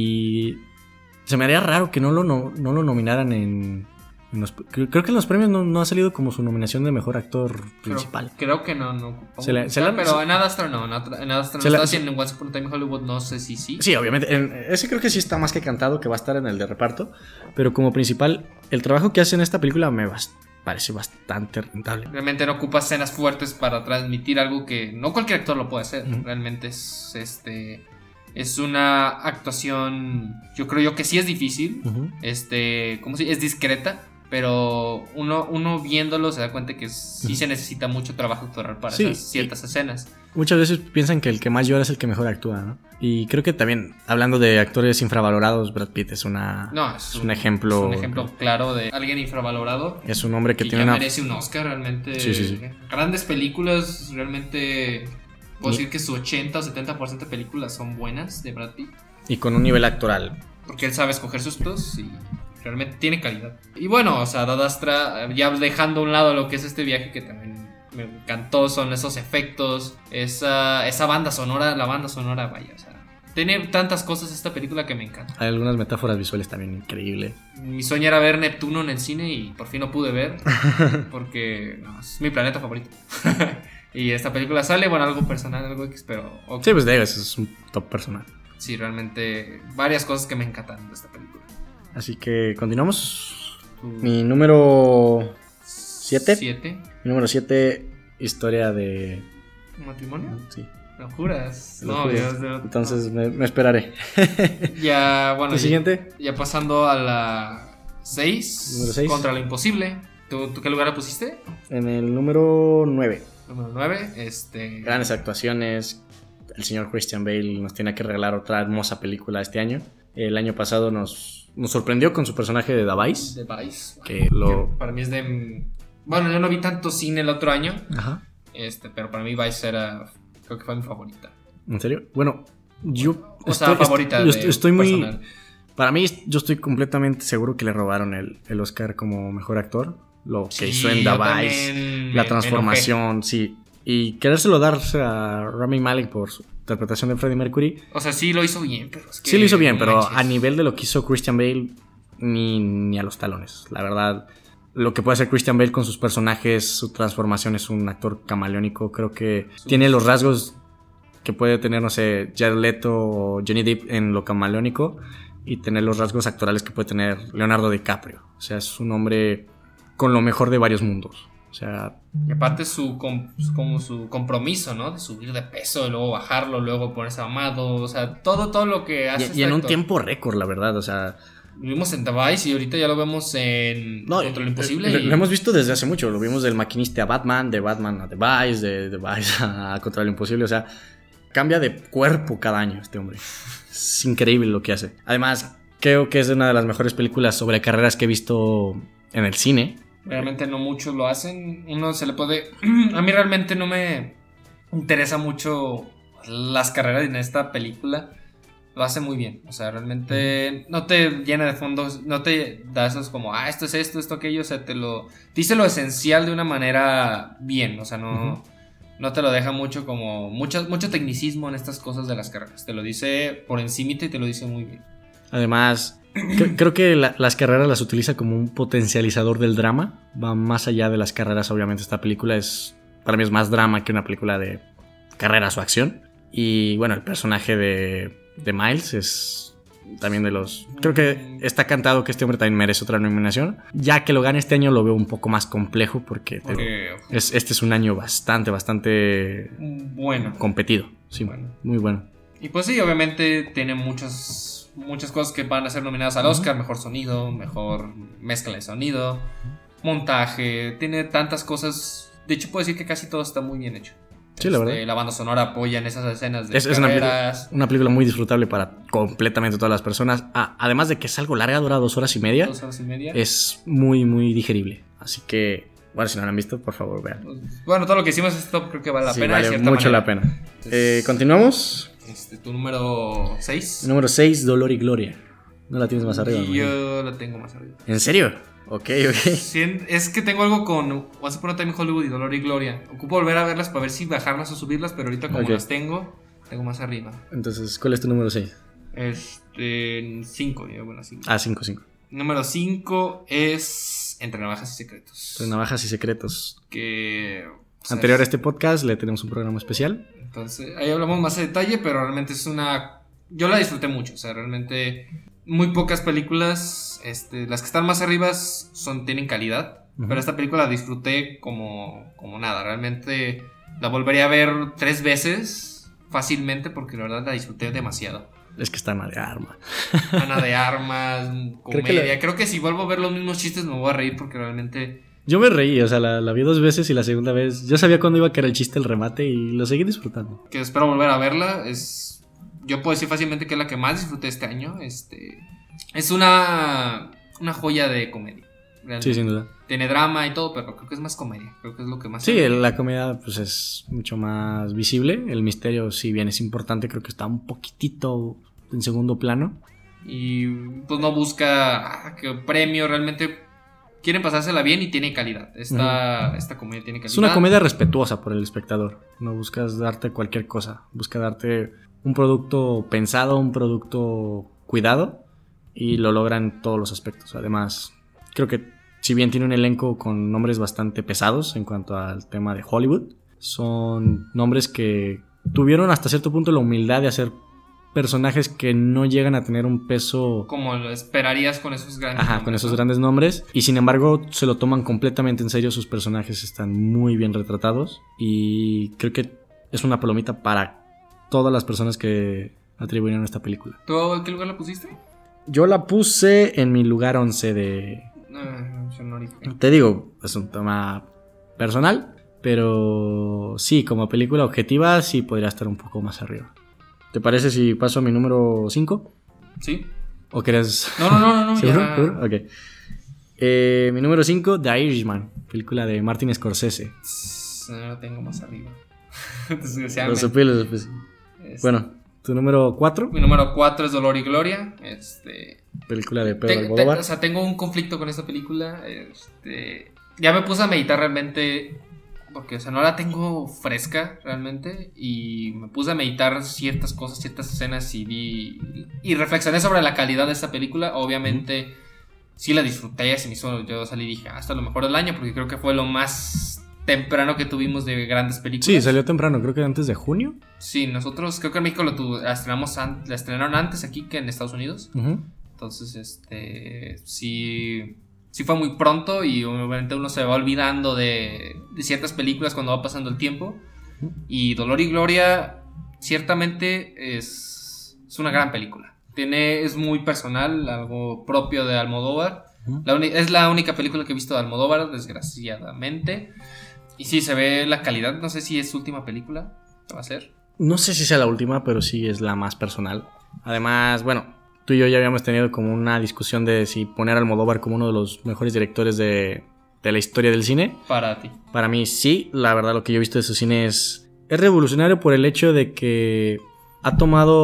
Y se me haría raro que no lo, no, no lo nominaran en... en los, creo, creo que en los premios no, no ha salido como su nominación de mejor actor principal. Creo, creo que no, no. Se la, se la, pero se, en Ad Astra no. En Ad Astra no está haciendo, en Once Upon a Time in Hollywood no sé si sí. Sí, obviamente. En, ese creo que sí está más que cantado que va a estar en el de reparto. Pero como principal, el trabajo que hace en esta película me basta. Parece bastante rentable. Realmente no ocupa escenas fuertes para transmitir algo que no cualquier actor lo puede hacer. Uh-huh. Realmente es este es una actuación, yo creo yo que sí es difícil. Uh-huh. Este, ¿cómo se dice? Es discreta, pero uno, uno viéndolo se da cuenta que sí uh-huh. se necesita mucho trabajo actoral para sí, esas ciertas escenas. Muchas veces piensan que el que más llora es el que mejor actúa, ¿no? Y creo que también, hablando de actores infravalorados, Brad Pitt es una no, es, es un, un ejemplo. Es un ejemplo claro de alguien infravalorado. Es un hombre que, que tiene ya una... merece un Oscar realmente. Sí, sí, sí. Grandes películas, realmente puedo y... decir que su ochenta o setenta por ciento de películas son buenas de Brad Pitt. Y con un nivel actoral. Porque él sabe escoger sus pros y realmente tiene calidad. Y bueno, o sea, Ad Astra, ya dejando a un lado lo que es este viaje, que también me encantó, son esos efectos, esa, esa banda sonora, la banda sonora, vaya, o sea, tiene tantas cosas esta película que me encanta. Hay algunas metáforas visuales también increíbles. Mi sueño era ver Neptuno en el cine y por fin lo pude ver, porque no, es mi planeta favorito. Y esta película sale, bueno, algo personal, algo X, pero... Okay. Sí, pues de eso es un top personal. Sí, realmente varias cosas que me encantan de esta película. Así que continuamos. Uh, Mi número siete. ¿Siete? Mi número siete, historia de... ¿Matrimonio? Sí. ¿Lo juras? Lo no, juras. Dios, Dios, Entonces no. me, me esperaré. Ya, bueno. ¿Tu siguiente? Ya pasando a la seis. Número seis. Contra lo imposible. ¿Tú, ¿Tú qué lugar la pusiste? En el número nueve. Número nueve, este... Grandes actuaciones. El señor Christian Bale nos tiene que regalar otra hermosa película este año. El año pasado nos, nos sorprendió con su personaje de The Vice. The Vice. Que lo... Que para mí es de... Bueno, yo no vi tanto cine el otro año. Ajá. Este, pero para mí Vice era... Creo que fue mi favorita. ¿En serio? Bueno, yo... O sea, estoy, favorita estoy, yo estoy muy... personal. Para mí, yo estoy completamente seguro que le robaron el, el Oscar como mejor actor. Lo que sí, hizo en The Vice, la transformación, sí. Y querérselo darse a Rami Malek por su interpretación de Freddie Mercury. O sea, sí lo hizo bien, pero es que... Sí lo hizo bien, no pero manches. A nivel de lo que hizo Christian Bale, ni, ni a los talones. La verdad, lo que puede hacer Christian Bale con sus personajes, su transformación, es un actor camaleónico. Creo que sí. Tiene los rasgos que puede tener, no sé, Jared Leto o Johnny Depp en lo camaleónico, y tener los rasgos actorales que puede tener Leonardo DiCaprio. O sea, es un hombre con lo mejor de varios mundos. O sea... Y aparte su, com, como su compromiso, ¿no? De subir de peso, y luego bajarlo, luego ponerse amado. O sea, todo, todo lo que hace. Y, y en un tiempo récord, la verdad, o sea... Lo vimos en The Vice y ahorita ya lo vemos en no, Contra lo Imposible. Lo, y... lo hemos visto desde hace mucho. Lo vimos del Maquinista a Batman, de Batman a The Vice, de The Vice a Contra lo Imposible. O sea, cambia de cuerpo cada año este hombre. Es increíble lo que hace. Además, creo que es una de las mejores películas sobre carreras que he visto en el cine. Realmente no muchos lo hacen. Uno se le puede... A mí realmente no me interesa mucho las carreras en esta película. lo hace muy bien. O sea, realmente no te llena de fondos, no te da esos como, ah, esto es esto, esto, aquello. O sea, te lo te dice lo esencial de una manera bien. O sea, no, uh-huh. no te lo deja mucho como, mucho, mucho tecnicismo en estas cosas de las carreras. Te lo dice por encimita y te lo dice muy bien. Además, cre- creo que la, las carreras las utiliza como un potencializador del drama. Va más allá de las carreras, obviamente. Esta película es, para mí es más drama que una película de carreras o acción. Y bueno, el personaje de, de Miles es también de los... Creo que está cantado que este hombre también merece otra nominación. Ya que lo gane este año lo veo un poco más complejo porque okay, digo, okay. Es, este es un año bastante, bastante... bueno. Competido. Sí, bueno. Muy bueno. Y pues sí, obviamente tiene muchas, muchas cosas que van a ser nominadas al Oscar. Uh-huh. Mejor sonido, mejor mezcla de sonido, montaje. Tiene tantas cosas. De hecho puedo decir que casi todo está muy bien hecho. Sí, la verdad. Este, la banda sonora apoya en esas escenas de es, es carreras. Una, una película muy disfrutable para completamente todas las personas. Ah, además de que es algo larga, dura dos horas y media. Dos horas y media. Es muy, muy digerible. Así que, bueno, si no la han visto, por favor, vean. Bueno, todo lo que hicimos esto creo que vale la sí, pena. Vale mucho manera. la pena. Entonces, eh, ¿continuamos? Este, tu número seis. Número seis, Dolor y Gloria. ¿No la tienes más arriba? Y yo la tengo más arriba. ¿En serio? Ok, ok. Sí, es que tengo algo con Once Upon a Time in Hollywood y Dolor y Gloria. Ocupo volver a verlas para ver si bajarlas o subirlas, pero ahorita como okay. las tengo, tengo más arriba. Entonces, ¿cuál es tu número seis? Este, cinco, ya bueno, cinco. Ah, cinco, cinco. Número cinco es Entre Navajas y Secretos. Entre Navajas y Secretos. Que... O sea, anterior a este podcast le tenemos un programa especial. Entonces, ahí hablamos más a detalle, pero realmente es una... Yo la disfruté mucho, o sea, realmente... Muy pocas películas, este, las que están más arriba son, tienen calidad, uh-huh. pero esta película la disfruté como, como nada, realmente la volvería a ver tres veces fácilmente porque la verdad la disfruté demasiado. Es que está Ana de Armas. Ana de Armas, comedia, creo que, la... creo que si vuelvo a ver los mismos chistes me voy a reír porque realmente... Yo me reí, o sea, la, la vi dos veces y la segunda vez, yo sabía cuándo iba a caer el chiste, el remate y lo seguí disfrutando. Que espero volver a verla, es... Yo puedo decir fácilmente que es la que más disfruté este año. Este, es una, una joya de comedia. Realmente. Sí, sin duda. Tiene drama y todo, pero creo que es más comedia. Creo que es lo que más... Sí, el, la comedia pues es mucho más visible. El misterio, si bien es importante, creo que está un poquitito en segundo plano. Y pues no busca ah, que premio, realmente... Quieren pasársela bien y tiene calidad. Esta, uh-huh. esta comedia tiene calidad. Es una comedia respetuosa por el espectador. No buscas darte cualquier cosa. Busca darte un producto pensado, un producto cuidado. Y lo logra en todos los aspectos. Además, creo que si bien tiene un elenco con nombres bastante pesados en cuanto al tema de Hollywood, son nombres que tuvieron hasta cierto punto la humildad de hacer personajes que no llegan a tener un peso como lo esperarías con esos grandes Ajá, nombres, con esos ¿no? grandes nombres, y sin embargo se lo toman completamente en serio. Sus personajes están muy bien retratados y creo que es una palomita para todas las personas que atribuyeron esta película. ¿Tú en qué lugar la pusiste? Yo la puse en mi lugar once de... No, no, te digo, es un tema personal, pero sí, como película objetiva sí podría estar un poco más arriba. ¿Te parece si paso a mi número cinco? Sí. ¿O quieres...? No, no, no, no, no ¿Seguro? ya... ¿Seguro? Ok. Eh, mi número cinco, The Irishman, película de Martin Scorsese. No la tengo más arriba. Lo supe, lo supe. Este... Bueno, ¿tu número cuatro? Mi número cuatro es Dolor y Gloria. Este... Película de Pedro te, Almodóvar. te, o sea, tengo un conflicto con esta película. Este... Ya me puse a meditar realmente... Porque, o sea, no la tengo fresca realmente. Y me puse a meditar ciertas cosas, ciertas escenas y vi... Y reflexioné sobre la calidad de esta película. Obviamente, uh-huh. sí la disfruté. Se me hizo, yo salí y dije, hasta lo mejor del año. Porque creo que fue lo más temprano que tuvimos de grandes películas. Sí, salió temprano, creo que antes de junio. Sí, nosotros, creo que en México lo tu, la, estrenamos an, la estrenaron antes aquí que en Estados Unidos. Uh-huh. Entonces, este... Sí... Sí fue muy pronto y obviamente uno se va olvidando de, de ciertas películas cuando va pasando el tiempo. Y Dolor y Gloria ciertamente es, es una gran película. Tiene, es muy personal, algo propio de Almodóvar. La uni- es la única película que he visto de Almodóvar, desgraciadamente. Y sí, se ve la calidad. No sé si es su última película que va a ser. No sé si sea la última, pero sí es la más personal. Además, bueno... Tú y yo ya habíamos tenido como una discusión de si poner a Almodóvar como uno de los mejores directores de, de la historia del cine. Para ti. Para mí sí, la verdad lo que yo he visto de su cine es, es revolucionario por el hecho de que ha tomado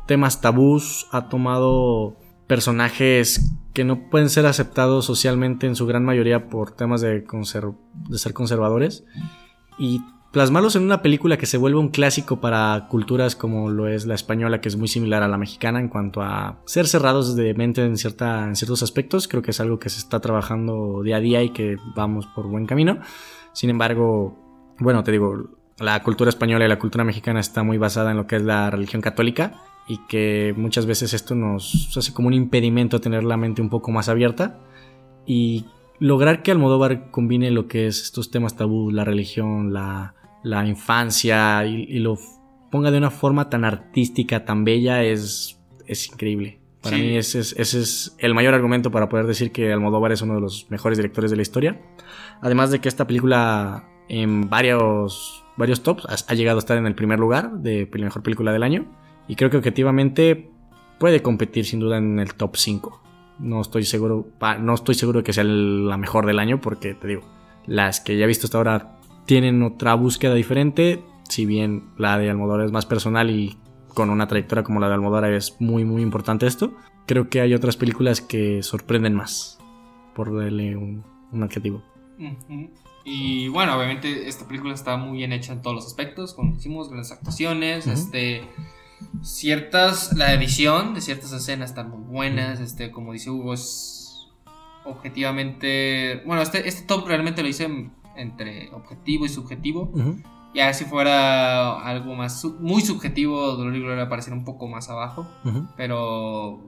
temas tabús, ha tomado personajes que no pueden ser aceptados socialmente en su gran mayoría por temas de, conserv- de ser conservadores, y plasmarlos en una película que se vuelve un clásico para culturas como lo es la española, que es muy similar a la mexicana en cuanto a ser cerrados de mente en, cierta, en ciertos aspectos. Creo que es algo que se está trabajando día a día y que vamos por buen camino. Sin embargo, bueno, te digo, la cultura española y la cultura mexicana está muy basada en lo que es la religión católica, y que muchas veces esto nos hace como un impedimento a tener la mente un poco más abierta, y lograr que Almodóvar combine lo que es estos temas tabú, la religión, la, la infancia, y, y lo ponga de una forma tan artística, tan bella, es, es increíble. Para sí. mí ese es, ese es el mayor argumento para poder decir que Almodóvar es uno de los mejores directores de la historia. Además de que esta película en varios, varios tops ha, ha llegado a estar en el primer lugar de la mejor película del año, y creo que objetivamente puede competir sin duda en el top cinco. No estoy seguro, no estoy seguro de que sea la mejor del año, porque te digo, las que ya he visto hasta ahora tienen otra búsqueda diferente. Si bien la de Almodóvar es más personal y con una trayectoria como la de Almodóvar es muy muy importante esto, creo que hay otras películas que sorprenden más, por darle un, un adjetivo. Uh-huh. Y bueno, obviamente esta película está muy bien hecha en todos los aspectos, como decimos, grandes actuaciones, uh-huh. este... ciertas, la edición de ciertas escenas están muy buenas, este, como dice Hugo, es objetivamente, bueno, este, este top realmente lo hice entre objetivo y subjetivo. Uh-huh. Ya si fuera algo más muy subjetivo, Dolor y Gloria apareciera un poco más abajo. Uh-huh. Pero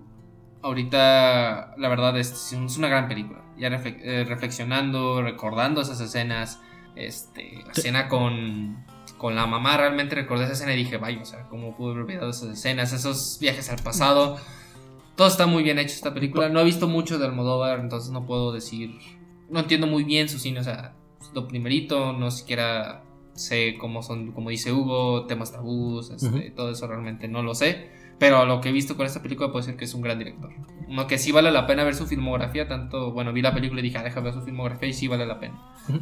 ahorita la verdad es, es una gran película. Ya refle- eh, reflexionando, recordando esas escenas, este, la escena con con la mamá, realmente recordé esa escena y dije, vaya, o sea, cómo pude haber olvidado esas escenas, esos viajes al pasado. Todo está muy bien hecho esta película. No he visto mucho de Almodóvar, entonces no puedo decir, no entiendo muy bien su cine, o sea, lo primerito, no siquiera sé cómo son, como dice Hugo, temas tabús, este, uh-huh. todo eso realmente no lo sé, pero lo que he visto con esta película puedo decir que es un gran director. Uno que sí vale la pena ver su filmografía, tanto, bueno, vi la película y dije, ah, déjame ver su filmografía, y sí vale la pena. Uh-huh.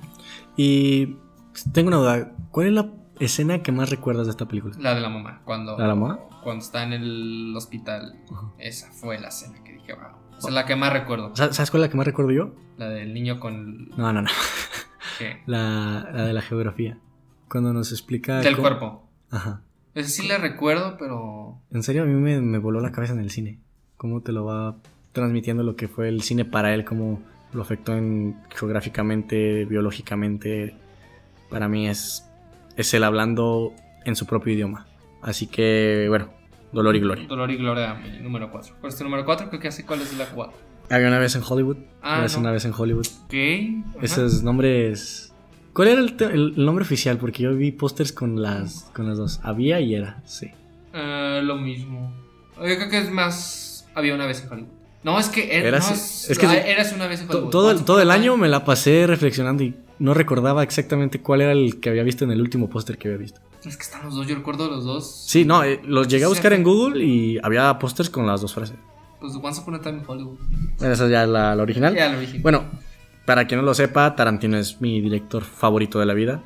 Y tengo una duda, ¿cuál es la escena que más recuerdas de esta película? La de la mamá, cuando, ¿La de la mamá? Cuando está en el hospital. Uh-huh. Esa fue la escena que dije, wow. Esa es la que más recuerdo. ¿Sabes cuál es la que más recuerdo yo? La del niño con... No, no, no. ¿Qué? La, la de la geografía. Cuando nos explica... Del cómo... cuerpo. Ajá. Esa sí la recuerdo, pero... En serio, a mí me, me voló la cabeza en el cine. Cómo te lo va transmitiendo lo que fue el cine para él, cómo lo afectó en, geográficamente, biológicamente. Para mí es, es él hablando en su propio idioma. Así que, bueno, Dolor y Gloria. Dolor y Gloria, mi número cuatro. ¿Cuál es tu número cuatro? Creo que así cuál es la cuatro. Había una vez en Hollywood. Ah, Había no. una vez en Hollywood. Ok. Ajá. Esos nombres... ¿Cuál era el, te- el nombre oficial? Porque yo vi pósters con las, con las dos. Había y era, sí. Uh, lo mismo. Yo creo que es más... Había una vez en Hollywood. No, es que... Era, era, no, es, es que eras una vez en Hollywood. Todo, el, todo el año me la pasé reflexionando y no recordaba exactamente cuál era el que había visto en el último póster que había visto. Es que están los dos, yo recuerdo los dos. Sí, no, eh, los llegué a buscar en Google y había pósters con las dos frases. Pues Once Upon a Time in Hollywood. Bueno, esa ya es la, la original. Ya, la original. Bueno, para quien no lo sepa, Tarantino es mi director favorito de la vida.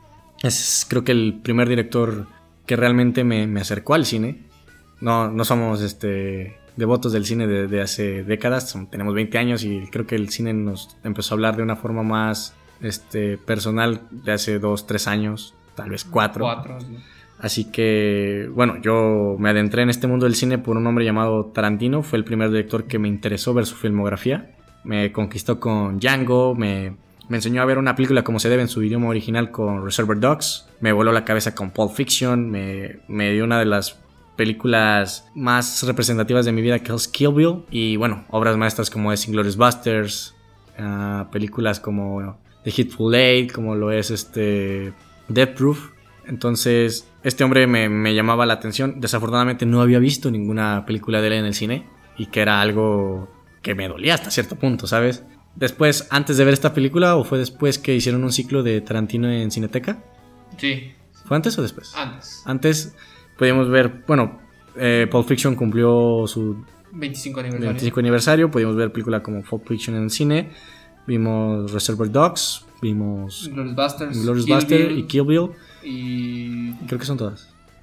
Es creo que el primer director que realmente me, me acercó al cine. No, no somos este devotos del cine de, de hace décadas, tenemos veinte años y creo que el cine nos empezó a hablar de una forma más este, personal de hace dos, tres años, tal vez cuatro. Cuatro, sí. Así que, bueno, yo me adentré en este mundo del cine por un hombre llamado Tarantino. Fue el primer director que me interesó ver su filmografía. Me conquistó con Django, me, me enseñó a ver una película como se debe en su idioma original con Reservoir Dogs. Me voló la cabeza con Pulp Fiction, me, me dio una de las películas más representativas de mi vida, que es Kill Bill. Y bueno, obras maestras como es Inglourious Basterds, uh, películas como The Hateful Eight, como lo es este Death Proof. Entonces, este hombre me, me llamaba la atención. Desafortunadamente no había visto ninguna película de él en el cine, y que era algo que me dolía hasta cierto punto, ¿sabes? Después, antes de ver esta película, o fue después que hicieron un ciclo de Tarantino en Cineteca. Sí. ¿Fue antes o después? Antes. Antes podíamos ver, bueno, eh, Pulp Fiction cumplió su veinticinco aniversario. veinticinco aniversario. Podíamos ver película como Pulp Fiction en el cine. Vimos Reservoir Dogs, vimos Inglourious Basterds, Inglourious Basterds y Kill Bill. Y creo que son todas.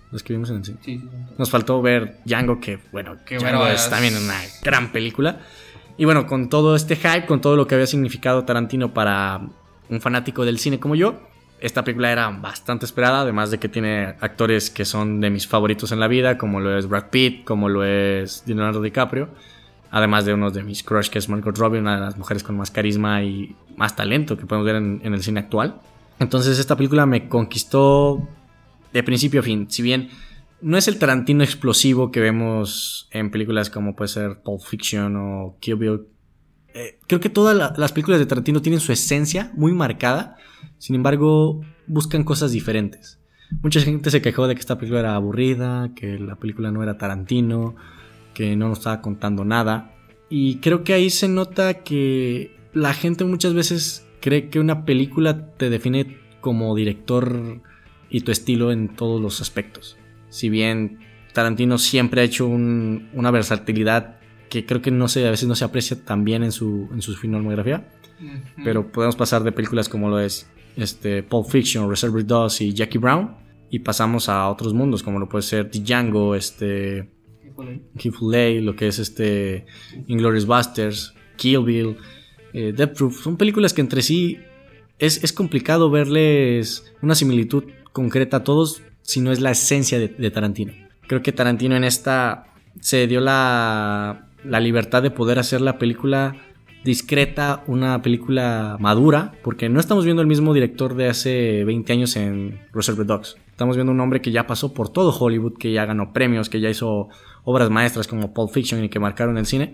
Los que vimos en el cine. Sí, sí, sí. Nos faltó ver Django, que bueno, Que Django bueno, es es- también una gran película. Y bueno, con todo este hype, con todo lo que había significado Tarantino para un fanático del cine como yo, esta película era bastante esperada, además de que tiene actores que son de mis favoritos en la vida, como lo es Brad Pitt, como lo es Leonardo DiCaprio, además de uno de mis crush, que es Margot Robbie, una de las mujeres con más carisma y más talento que podemos ver en, en el cine actual. Entonces esta película me conquistó de principio a fin. Si bien no es el Tarantino explosivo que vemos en películas como puede ser Pulp Fiction o Kill Bill, eh, creo que todas la, las películas de Tarantino tienen su esencia muy marcada. Sin embargo, buscan cosas diferentes. Mucha gente se quejó de que esta película era aburrida, que la película no era Tarantino, que no nos estaba contando nada. Y creo que ahí se nota que la gente muchas veces cree que una película te define como director y tu estilo en todos los aspectos. Si bien Tarantino siempre ha hecho un, una versatilidad que creo que no se, a veces no se aprecia tan bien en su, en su filmografía. Uh-huh. Pero podemos pasar de películas como lo es este, Pulp Fiction, Reservoir Dogs y Jackie Brown, y pasamos a otros mundos como lo puede ser Django, este, Hateful Eight, lo que es este Inglourious Basterds, Kill Bill, eh, Death Proof. Son películas que entre sí es, es complicado verles una similitud concreta a todos si no es la esencia de, de Tarantino. Creo que Tarantino en esta se dio la, la libertad de poder hacer la película discreta, una película madura, porque no estamos viendo el mismo director de hace veinte años en Reservoir Dogs. Estamos viendo un hombre que ya pasó por todo Hollywood, que ya ganó premios, que ya hizo obras maestras como Pulp Fiction y que marcaron el cine.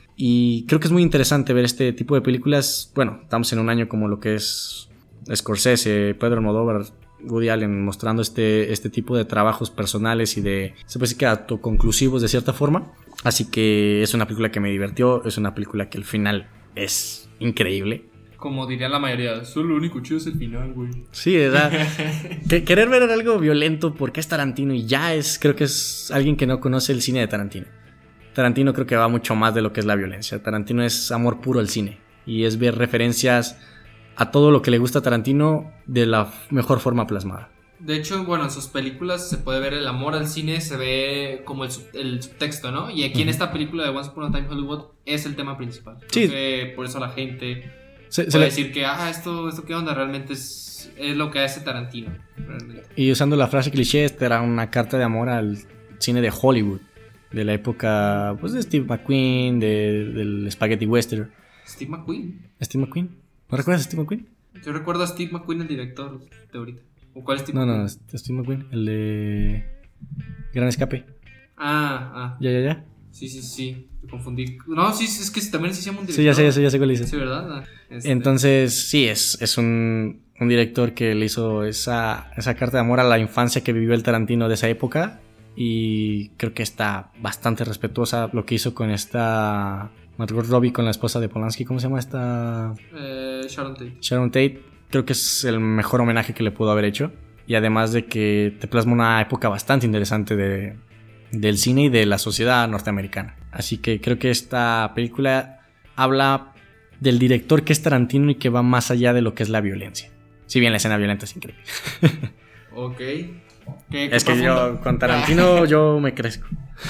Y creo que es muy interesante ver este tipo de películas. Bueno, estamos en un año como lo que es Scorsese, Pedro Almodóvar, Woody Allen, mostrando este, este tipo de trabajos personales y de, se puede decir que autoconclusivos de cierta forma. Así que es una película que me divirtió, es una película que el final es increíble. Como diría la mayoría, solo lo único chido es el final, güey. Sí, ¿verdad? que, querer ver algo violento porque es Tarantino y ya es, creo que es alguien que no conoce el cine de Tarantino. Tarantino creo que va mucho más de lo que es la violencia. Tarantino es amor puro al cine y es ver referencias a todo lo que le gusta a Tarantino de la mejor forma plasmada. De hecho, bueno, en sus películas se puede ver el amor al cine, se ve como el, sub, el subtexto, ¿no? Y aquí uh-huh. en esta película de Once Upon a Time Hollywood es el tema principal. Sí. Porque por eso la gente se, puede se le... decir que, ah, esto, esto qué onda, realmente es, es lo que hace Tarantino. Realmente. Y usando la frase cliché, esta era una carta de amor al cine de Hollywood, de la época pues de Steve McQueen, de, del Spaghetti Western. ¿Steve McQueen? ¿Steve McQueen? ¿No recuerdas a Steve McQueen? Yo recuerdo a Steve McQueen, el director de ahorita. ¿O cuál es Steve no, McQueen? No, no, Steve McQueen, el de Gran Escape. Ah, ah. Ya, ya, ya. Sí, sí, sí. Me confundí. No, sí, es que también se llama un director. Sí, ya sé, ya sé, ya sé cuál dice. Sí, ¿verdad? Ah, este... Entonces, sí, es, es un, un director que le hizo esa, esa carta de amor a la infancia que vivió el Tarantino de esa época. Y creo que está bastante respetuosa lo que hizo con esta Margot Robbie, con la esposa de Polanski. ¿Cómo se llama esta? Eh, Sharon Tate. Sharon Tate. Creo que es el mejor homenaje que le pudo haber hecho. Y además de que te plasma una época bastante interesante de, del cine y de la sociedad norteamericana. Así que creo que esta película habla del director que es Tarantino y que va más allá de lo que es la violencia. Si bien la escena violenta es increíble. Ok. ¿Qué, qué es que profundo? yo con Tarantino yo me crezco.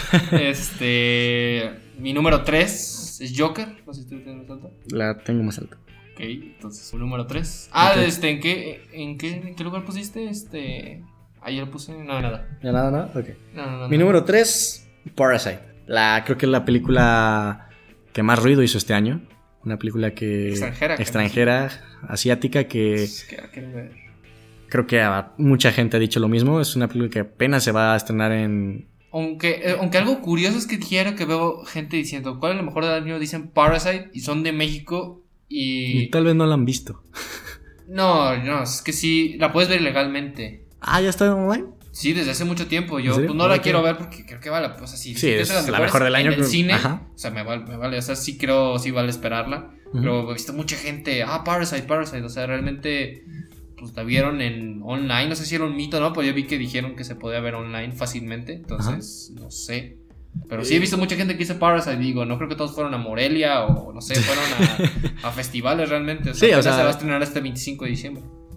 Este... Mi número tres es Joker. No sé si tú tienes más alto. La tengo más alta. Ok, entonces su número tres. Ah, okay. este, ¿en qué, en qué, en qué lugar pusiste? Este. Ayer puse. No, nada. ¿Ya nada, nada? Ok. No, no, no, Mi no. número tres, Parasite. La, creo que es la película que más ruido hizo este año. Una película que. Extranjera. Extranjera, que asiática, que. Es que, que ver. Creo que a mucha gente ha dicho lo mismo. Es una película que apenas se va a estrenar en. Aunque, eh, aunque algo curioso es que quiero que veo gente diciendo ¿cuál es lo mejor del año? Dicen Parasite y son de México. Y... y tal vez no la han visto. No, no, es que sí, la puedes ver legalmente. Ah, ¿ya está online? Sí, desde hace mucho tiempo. Yo pues, no la quiero ver porque creo que vale. Pues así, sí, es la, la mejor del año. En el cine, ajá. O sea, me vale, me vale. O sea, sí creo, sí vale esperarla. Uh-huh. Pero he visto mucha gente. Ah, Parasite, Parasite. O sea, realmente, pues la vieron en online. No sé si era un mito, ¿no? Pues yo vi que dijeron que se podía ver online fácilmente. Entonces, uh-huh. no sé. Pero sí he visto mucha gente que dice Parasite. Digo, no creo que todos fueron a Morelia o no sé, fueron a, a festivales realmente. O sea, sí, o sea, se va a estrenar este veinticinco de diciembre.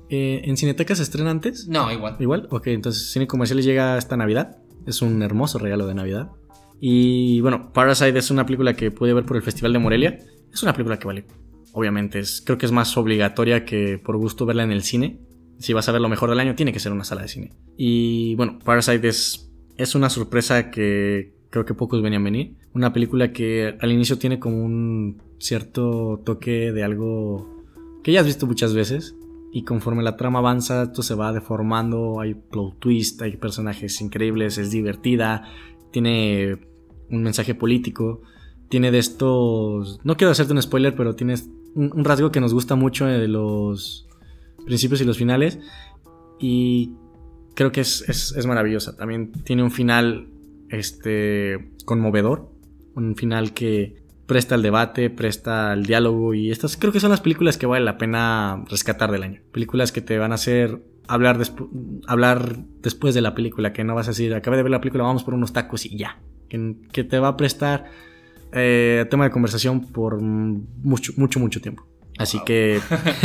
Eh, ¿En Cineteca se estrena antes? No, igual. Igual, ok, entonces Cine Comerciales llega esta Navidad. Es un hermoso regalo de Navidad. Y bueno, Parasite es una película que pude ver por el Festival de Morelia. Es una película que vale, obviamente, es, creo que es más obligatoria que por gusto verla en el cine. Si vas a ver lo mejor del año, tiene que ser una sala de cine. Y bueno, Parasite es, es una sorpresa que creo que pocos venían a venir. Una película que al inicio tiene como un cierto toque de algo que ya has visto muchas veces. Y conforme la trama avanza, esto se va deformando. Hay plot twist, hay personajes increíbles, es divertida. Tiene un mensaje político. Tiene de estos... No quiero hacerte un spoiler, pero tiene un, un rasgo que nos gusta mucho de los principios y los finales. Y creo que es, es, es maravillosa. También tiene un final este, conmovedor. Un final que presta al debate, presta al diálogo. Y estas creo que son las películas que vale la pena rescatar del año. Películas que te van a hacer hablar, despu- hablar después de la película. Que no vas a decir, acabé de ver la película, vamos por unos tacos y ya. Que, que te va a prestar eh, tema de conversación por mucho, mucho, mucho tiempo. Así wow. que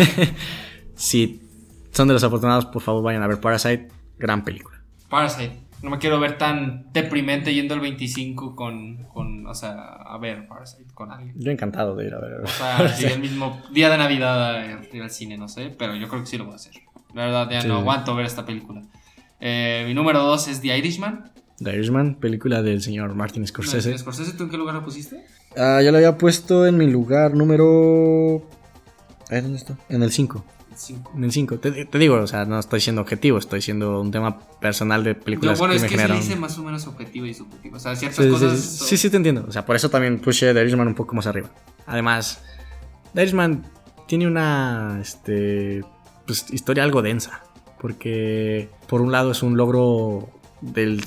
si son de los afortunados, por favor vayan a ver Parasite. Gran película. Parasite. No me quiero ver tan deprimente yendo el veinticinco con, con o sea, a ver Parasite con alguien. Yo encantado de ir a ver. O sea, sí, el mismo día de Navidad a ir al cine, no sé, pero yo creo que sí lo voy a hacer. La verdad, ya sí. no aguanto ver esta película. Eh, mi número dos es The Irishman. The Irishman, película del señor Martin Scorsese. ¿Martin Scorsese? ¿Tú en qué lugar la pusiste? Ah, yo la había puesto en mi lugar número... A ver, ¿dónde está? En el cinco. En el cinco. Te, te digo, o sea, no estoy siendo objetivo, estoy siendo un tema personal de películas no, bueno, que es me que generan... se dice más o menos objetivo y subjetivo. O sea, ciertas sí, cosas... Sí, son... sí, sí, te entiendo. O sea, por eso también puse The Irishman un poco más arriba. Además, The Irishman tiene una este, pues, historia algo densa. Porque, por un lado, es un logro del...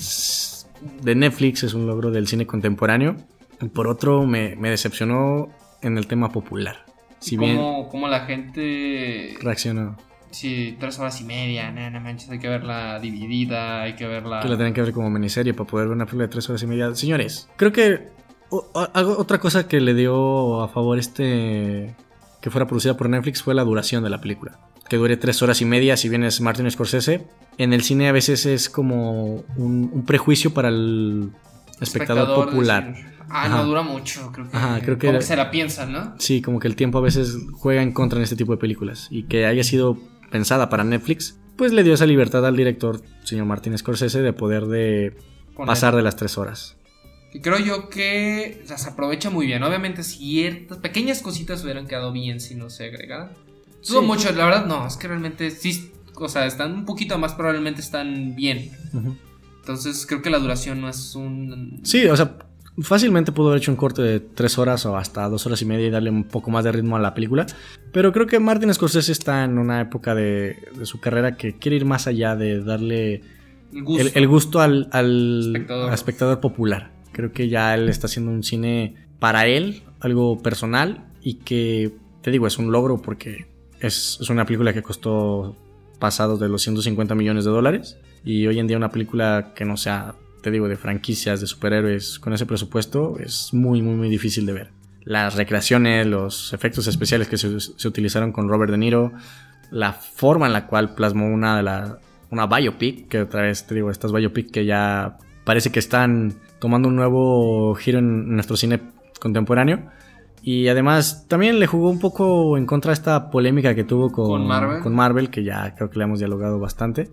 de Netflix, es un logro del cine contemporáneo. Y por otro, me, me decepcionó en el tema popular. Si ¿Cómo, bien cómo la gente reaccionó? Sí, tres horas y media, no, no manches, hay que verla dividida, hay que verla... Que la tienen que ver como miniserie para poder ver una película de tres horas y media. Señores, creo que o, o, algo, otra cosa que le dio a favor este que fuera producida por Netflix fue la duración de la película. Que dure tres horas y media, si bien es Martin Scorsese. En el cine a veces es como un, un prejuicio para el espectador, espectador popular. Decir, ah, no dura mucho, creo que, Ajá, creo que, como que se la piensan, ¿no? Sí, como que el tiempo a veces juega en contra en este tipo de películas. Y que haya sido pensada para Netflix, pues le dio esa libertad al director, señor Martin Scorsese, de poder de Poner. pasar de las tres horas. Y creo yo que las aprovecha muy bien. Obviamente ciertas pequeñas cositas hubieran quedado bien si no se agregaran. Dudo sí. mucho, la verdad no, es que realmente sí, o sea, están un poquito más, probablemente están bien. Uh-huh. Entonces creo que la duración no es un... Sí, o sea, fácilmente pudo haber hecho un corte de tres horas o hasta dos horas y media y darle un poco más de ritmo a la película. Pero creo que Martin Scorsese está en una época de, de su carrera que quiere ir más allá de darle el gusto, el, el gusto al, al espectador. Al espectador popular. Creo que ya él está haciendo un cine para él, algo personal y que, te digo, es un logro porque es, es una película que costó pasados de los ciento cincuenta millones de dólares y hoy en día una película que no sea... te digo, de franquicias, de superhéroes con ese presupuesto es muy, muy, muy difícil de ver. Las recreaciones, los efectos especiales que se, se utilizaron con Robert De Niro, la forma en la cual plasmó una de la, una biopic, que otra vez te digo, estas biopic que ya parece que están tomando un nuevo giro en nuestro cine contemporáneo. Y además también le jugó un poco en contra esta polémica que tuvo con, ¿Con Marvel? con Marvel, que ya creo que le hemos dialogado bastante.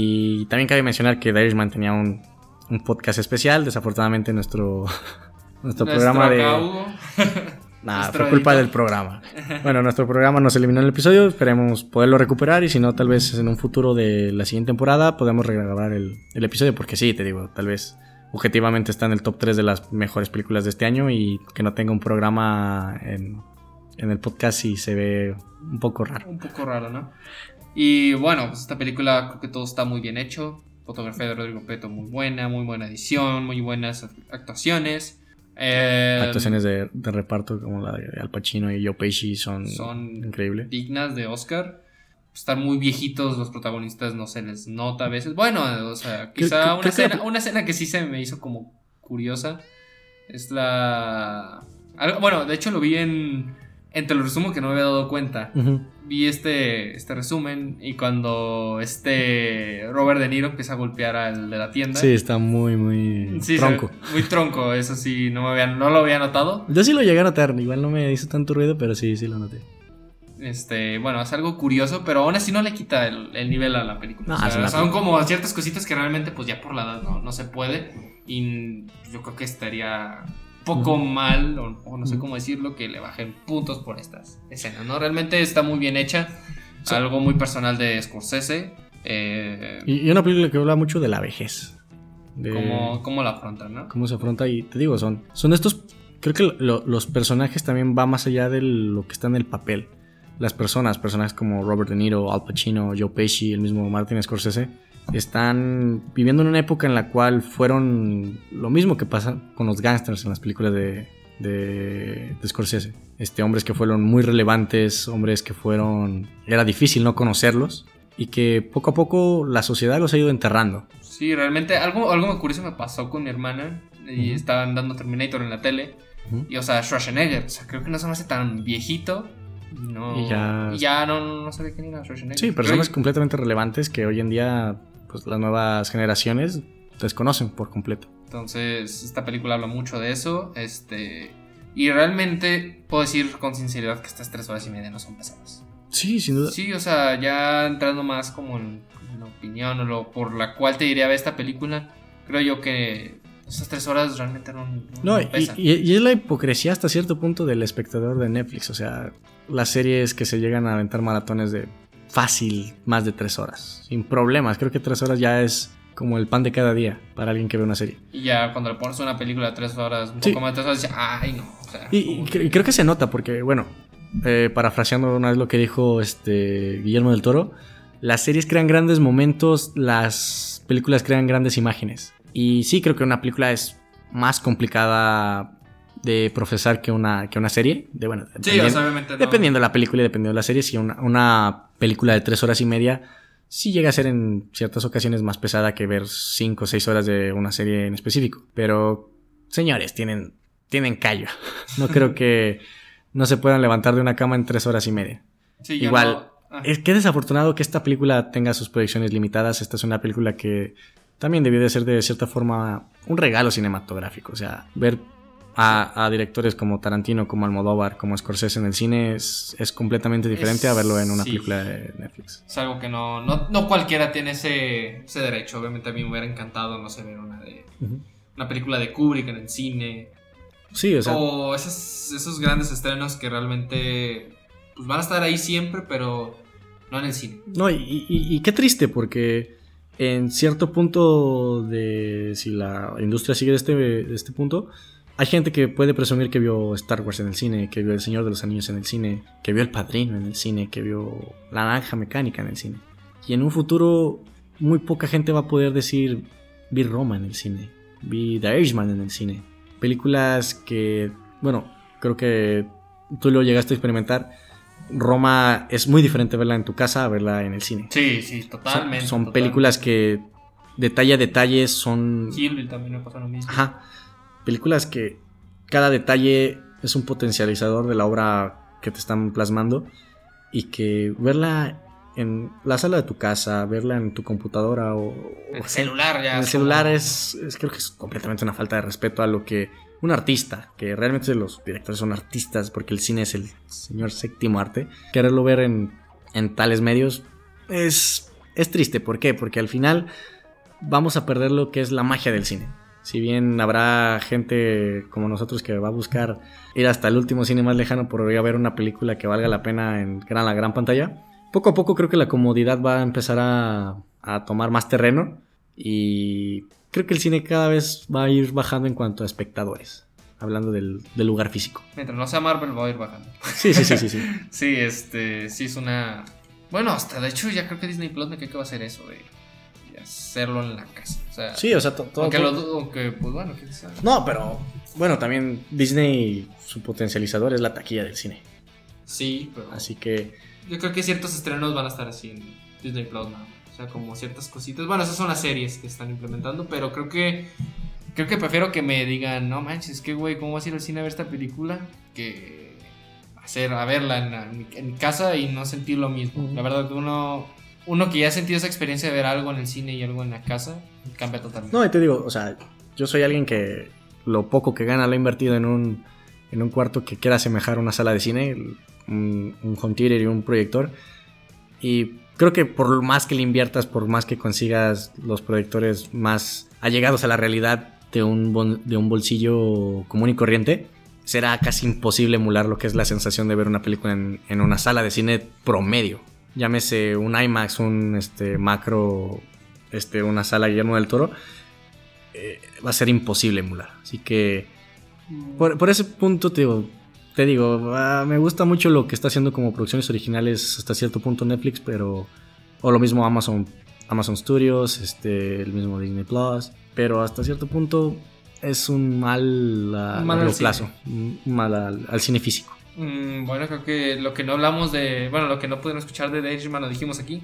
Y también cabe mencionar que The Irishman tenía un... un podcast especial, desafortunadamente nuestro nuestro, nuestro programa de nada, fue culpa editor. del programa. Bueno, nuestro programa nos eliminó en el episodio, esperemos poderlo recuperar y si no, tal vez en un futuro de la siguiente temporada podamos regrabar el, el episodio, porque sí, te digo, tal vez objetivamente está en el top tres de las mejores películas de este año y que no tenga un programa en, en el podcast y se ve un poco raro. Un poco raro, ¿no? Y bueno, pues esta película creo que todo está muy bien hecho. Fotografía de Rodrigo Prieto muy buena, muy buena edición, muy buenas actuaciones. Eh, Actuaciones de, de reparto como la de Al Pacino y Joe Pesci son, son increíbles. Dignas de Oscar. Están muy viejitos los protagonistas, no se les nota a veces. Bueno, o sea, quizá ¿Qué, una, qué, escena, qué? una escena que sí se me hizo como curiosa es la... Bueno, de hecho lo vi en te lo resumo que no me había dado cuenta. Uh-huh. Vi este, este resumen y cuando este Robert De Niro empieza a golpear al de la tienda. Sí, está muy, muy sí, tronco. Se, muy tronco, eso sí, no, me había, no lo había notado. Yo sí lo llegué a notar, igual no me hizo tanto ruido, pero sí, sí lo noté. Este, bueno, es algo curioso, pero aún así no le quita el, el nivel a la película. No, o sea, son película. Como ciertas cositas que realmente, pues ya por la edad no, no se puede. Y yo creo que estaría poco uh-huh. mal, o, o no sé uh-huh. cómo decirlo, que le bajen puntos por estas escenas, ¿no? Realmente está muy bien hecha. Sí. Algo muy personal de Scorsese. Eh, y, y una película que habla mucho de la vejez. De cómo, cómo la afrontan, ¿no? Cómo se afronta, y te digo, son, son estos. Creo que lo, los personajes también va más allá de lo que está en el papel. Las personas, personajes como Robert De Niro, Al Pacino, Joe Pesci, el mismo Martin Scorsese, están viviendo en una época en la cual fueron lo mismo que pasa con los gángsters en las películas de, de, de Scorsese. Este, hombres que fueron muy relevantes, hombres que fueron... Era difícil no conocerlos y que poco a poco la sociedad los ha ido enterrando. Sí, realmente algo, algo muy curioso me pasó con mi hermana y uh-huh. estaban dando Terminator en la tele uh-huh. y, o sea, Schwarzenegger, o sea, creo que no se me hace tan viejito. No, y ya, y ya no, no sabía quién era Schwarzenegger. Sí, personas completamente relevantes que hoy en día, pues las nuevas generaciones desconocen por completo. Entonces, esta película habla mucho de eso. Este. Y realmente puedo decir con sinceridad que estas tres horas y media no son pesadas. Sí, sin duda. Sí, o sea, ya entrando más como en, en opinión o lo por la cual te diría ver esta película, creo yo que esas tres horas realmente no, no, no no pesan. Y, y es la hipocresía hasta cierto punto del espectador de Netflix. O sea, las series que se llegan a aventar maratones de fácil más de tres horas, sin problemas. Creo que tres horas ya es como el pan de cada día para alguien que ve una serie. Y ya cuando le pones una película de tres horas, un sí. poco más de tres horas, dices, ay no. O sea, y, y, y creo que se nota porque, bueno, eh, parafraseando una vez lo que dijo este Guillermo del Toro, las series crean grandes momentos, las películas crean grandes imágenes. Y sí, creo que una película es más complicada de procesar que una, que una serie. De, bueno, sí, o sea, obviamente no. Dependiendo de la película y dependiendo de la serie. Si una, una película de tres horas y media sí llega a ser en ciertas ocasiones más pesada que ver cinco o seis horas de una serie en específico. Pero, señores, tienen, tienen callo. No creo que no se puedan levantar de una cama en tres horas y media. Sí, igual, no. ah. es que desafortunado que esta película tenga sus proyecciones limitadas. Esta es una película que también debió de ser de cierta forma un regalo cinematográfico. O sea, ver a, a directores como Tarantino, como Almodóvar, como Scorsese en el cine es, es completamente diferente es, a verlo en una sí. película de Netflix. Es algo que no, no, no cualquiera tiene ese, ese derecho. Obviamente a mí me hubiera encantado, no sé, ver una de uh-huh. una película de Kubrick en el cine. Sí, o sea. O esos, esos grandes estrenos que realmente pues, van a estar ahí siempre, pero no en el cine. No, y, y, y qué triste, porque en cierto punto de si la industria sigue de este, de este punto, hay gente que puede presumir que vio Star Wars en el cine, que vio El Señor de los Anillos en el cine, que vio El Padrino en el cine, que vio La Naranja Mecánica en el cine. Y en un futuro muy poca gente va a poder decir vi Roma en el cine, vi The Irishman en el cine. Películas que, bueno, creo que tú lo llegaste a experimentar. Roma es muy diferente verla en tu casa a verla en el cine. Sí, sí, totalmente. Son, son totalmente. películas que detalle a detalle son... Kill Bill también me pasó lo mismo. Ajá. Películas que cada detalle es un potencializador de la obra que te están plasmando y que verla en la sala de tu casa, verla en tu computadora o... En el celular ya. En el celular como... es, es creo que es completamente una falta de respeto a lo que un artista, que realmente los directores son artistas porque el cine es el señor séptimo arte, quererlo ver en, en tales medios es, es triste. ¿Por qué? Porque al final vamos a perder lo que es la magia del cine. Si bien habrá gente como nosotros que va a buscar ir hasta el último cine más lejano por ir a ver una película que valga la pena en gran, la gran pantalla, poco a poco creo que la comodidad va a empezar a, a tomar más terreno y creo que el cine cada vez va a ir bajando en cuanto a espectadores, hablando del, del lugar físico. Mientras no sea Marvel va a ir bajando. Sí, sí, sí, sí, sí. Sí, este, sí es una... Bueno, hasta de hecho ya creo que Disney Plus me cree que va a hacer eso, de hacerlo en la casa. O sea, sí, o sea, to- todo. Aunque lo dudo, aunque, pues bueno, quién sabe. No, pero bueno, también Disney, su potencializador es la taquilla del cine. Sí, pero. Así que. Yo creo que ciertos estrenos van a estar así en Disney Plus, ¿no? O sea, como ciertas cositas. Bueno, esas son las series que están implementando, pero creo que. Creo que prefiero que me digan, no manches, que güey, ¿cómo vas a ir al cine a ver esta película? Que. hacer, a verla en, en, mi, en mi casa y no sentir lo mismo. Uh-huh. La verdad, uno, uno que ya ha sentido esa experiencia de ver algo en el cine y algo en la casa, cambia totalmente. No, y te digo, o sea, yo soy alguien que lo poco que gana lo ha invertido en un, en un cuarto que quiera asemejar una sala de cine, un, un home theater y un proyector. Y creo que por más que le inviertas, por más que consigas los proyectores más allegados a la realidad de un, bon, de un bolsillo común y corriente, será casi imposible emular lo que es la sensación de ver una película en, en una sala de cine promedio. Llámese un IMAX, un este, macro, este, una sala Guillermo del Toro. Eh, va a ser imposible emular. Así que por, por ese punto te digo, te digo uh, me gusta mucho lo que está haciendo como producciones originales hasta cierto punto Netflix, pero o lo mismo Amazon, Amazon Studios, este, el mismo Disney Plus, pero hasta cierto punto es un mal a largo plazo, un mal al, al cine físico. Mm, bueno, creo que lo que no hablamos de, bueno, lo que no pudieron escuchar de The Irishman lo dijimos aquí.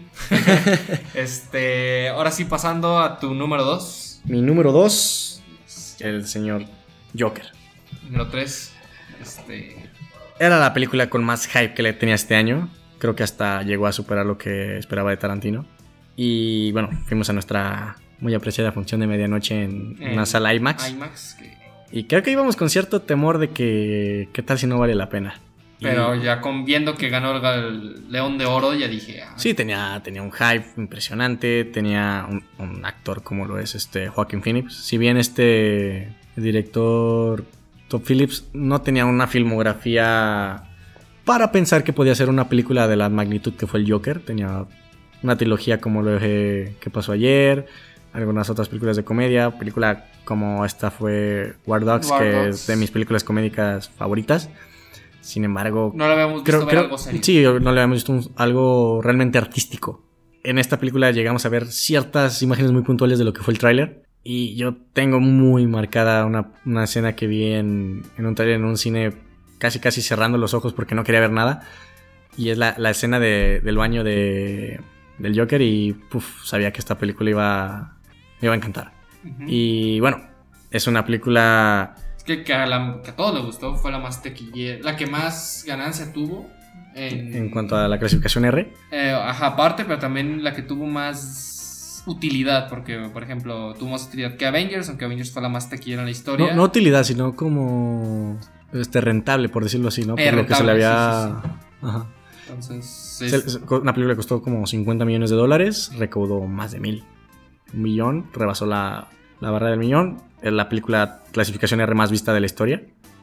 este, ahora sí, pasando a tu número dos. Mi número dos, el señor Joker. Número tres, este... Era la película con más hype que le tenía este año. Creo que hasta llegó a superar lo que esperaba de Tarantino. Y bueno, fuimos a nuestra muy apreciada función de medianoche en, en una sala IMAX. IMAX que... Y creo que íbamos con cierto temor de que qué tal si no vale la pena. Pero y... ya con viendo que ganó el León de Oro, ya dije... Ah. Sí, tenía, tenía un hype impresionante. Tenía un, un actor como lo es este Joaquin Phoenix. Si bien este el director Todd Phillips no tenía una filmografía para pensar que podía ser una película de la magnitud que fue el Joker. Tenía una trilogía como lo de ¿Qué pasó ayer?, algunas otras películas de comedia, película como esta fue War Dogs, War que Dogs. Es de mis películas comédicas favoritas. Sin embargo, no lo habíamos visto creo, ver creo, algo serio. Sí, no le habíamos visto un, algo realmente artístico. En esta película llegamos a ver ciertas imágenes muy puntuales de lo que fue el tráiler. Y yo tengo muy marcada una, una escena que vi en, en un tráiler en un cine, casi casi cerrando los ojos porque no quería ver nada. Y es la, la escena de, del baño de, del Joker y puf, sabía que esta película iba, me iba a encantar. Uh-huh. Y bueno, es una película... Es que, que, a la, que a todos les gustó, fue la más tequillera, la que más ganancia tuvo. En, en cuanto a la clasificación R. Eh, ajá, aparte, pero también la que tuvo más utilidad, porque por ejemplo tuvo más utilidad que Avengers, aunque Avengers fue la más taquillera en la historia. No, no utilidad, sino como este rentable, por decirlo así, ¿no? Por eh, lo rentable, que se le había... Sí, sí, sí. Ajá. Entonces es... una película que costó como cincuenta millones de dólares, recaudó más de mil. Un millón, rebasó la, la barrera del millón. Es la película clasificación R más vista de la historia.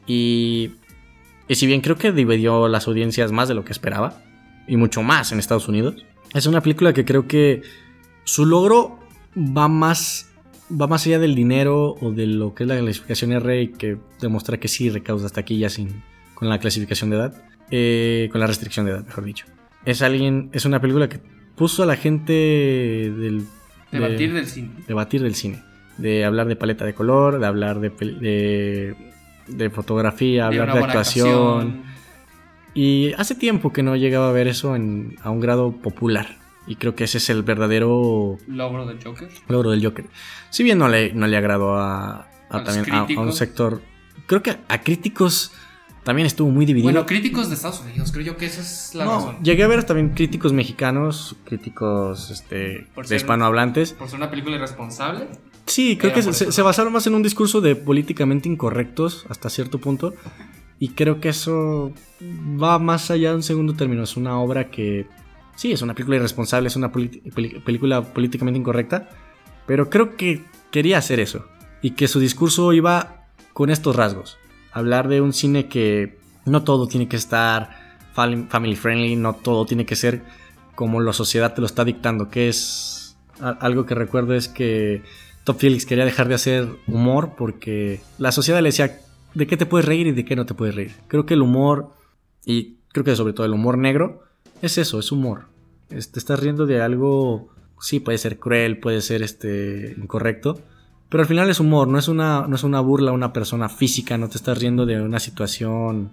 Y, y si bien creo que dividió las audiencias más de lo que esperaba, y mucho más en Estados Unidos, es una película que creo que su logro va más, va más allá del dinero o de lo que es la clasificación R, y que demuestra que sí recauda hasta aquí ya sin, con la clasificación de edad, eh, con la restricción de edad, mejor dicho. Es alguien, es una película que puso a la gente del... Debatir de, del cine. Debatir del cine. De hablar de paleta de color, de hablar de, de, de fotografía, de hablar de actuación. actuación. Y hace tiempo que no llegaba a ver eso en, a un grado popular. Y creo que ese es el verdadero logro del Joker. Logro del Joker. Si bien no le, no le agradó a, a, a, también, a, a un sector. Creo que a, a críticos también estuvo muy dividido. Bueno, críticos de Estados Unidos, creo yo que esa es la no, razón. Llegué a ver también críticos mexicanos, críticos este, de hispanohablantes. ¿Por ser una película irresponsable? Sí, creo que se, se basaron más en un discurso de políticamente incorrectos hasta cierto punto. Y creo que eso va más allá de un segundo término. Es una obra que, sí, es una película irresponsable, es una poli- pel- película políticamente incorrecta. Pero creo que quería hacer eso. Y que su discurso iba con estos rasgos. Hablar de un cine que no todo tiene que estar family friendly, no todo tiene que ser como la sociedad te lo está dictando. Que es algo que recuerdo es que Todd Phillips quería dejar de hacer humor porque la sociedad le decía de qué te puedes reír y de qué no te puedes reír. Creo que el humor, y creo que sobre todo el humor negro, es eso, es humor. Te estás riendo de algo, sí, puede ser cruel, puede ser este incorrecto, pero al final es humor, no es una, no es una burla a una persona física, no te estás riendo de una situación,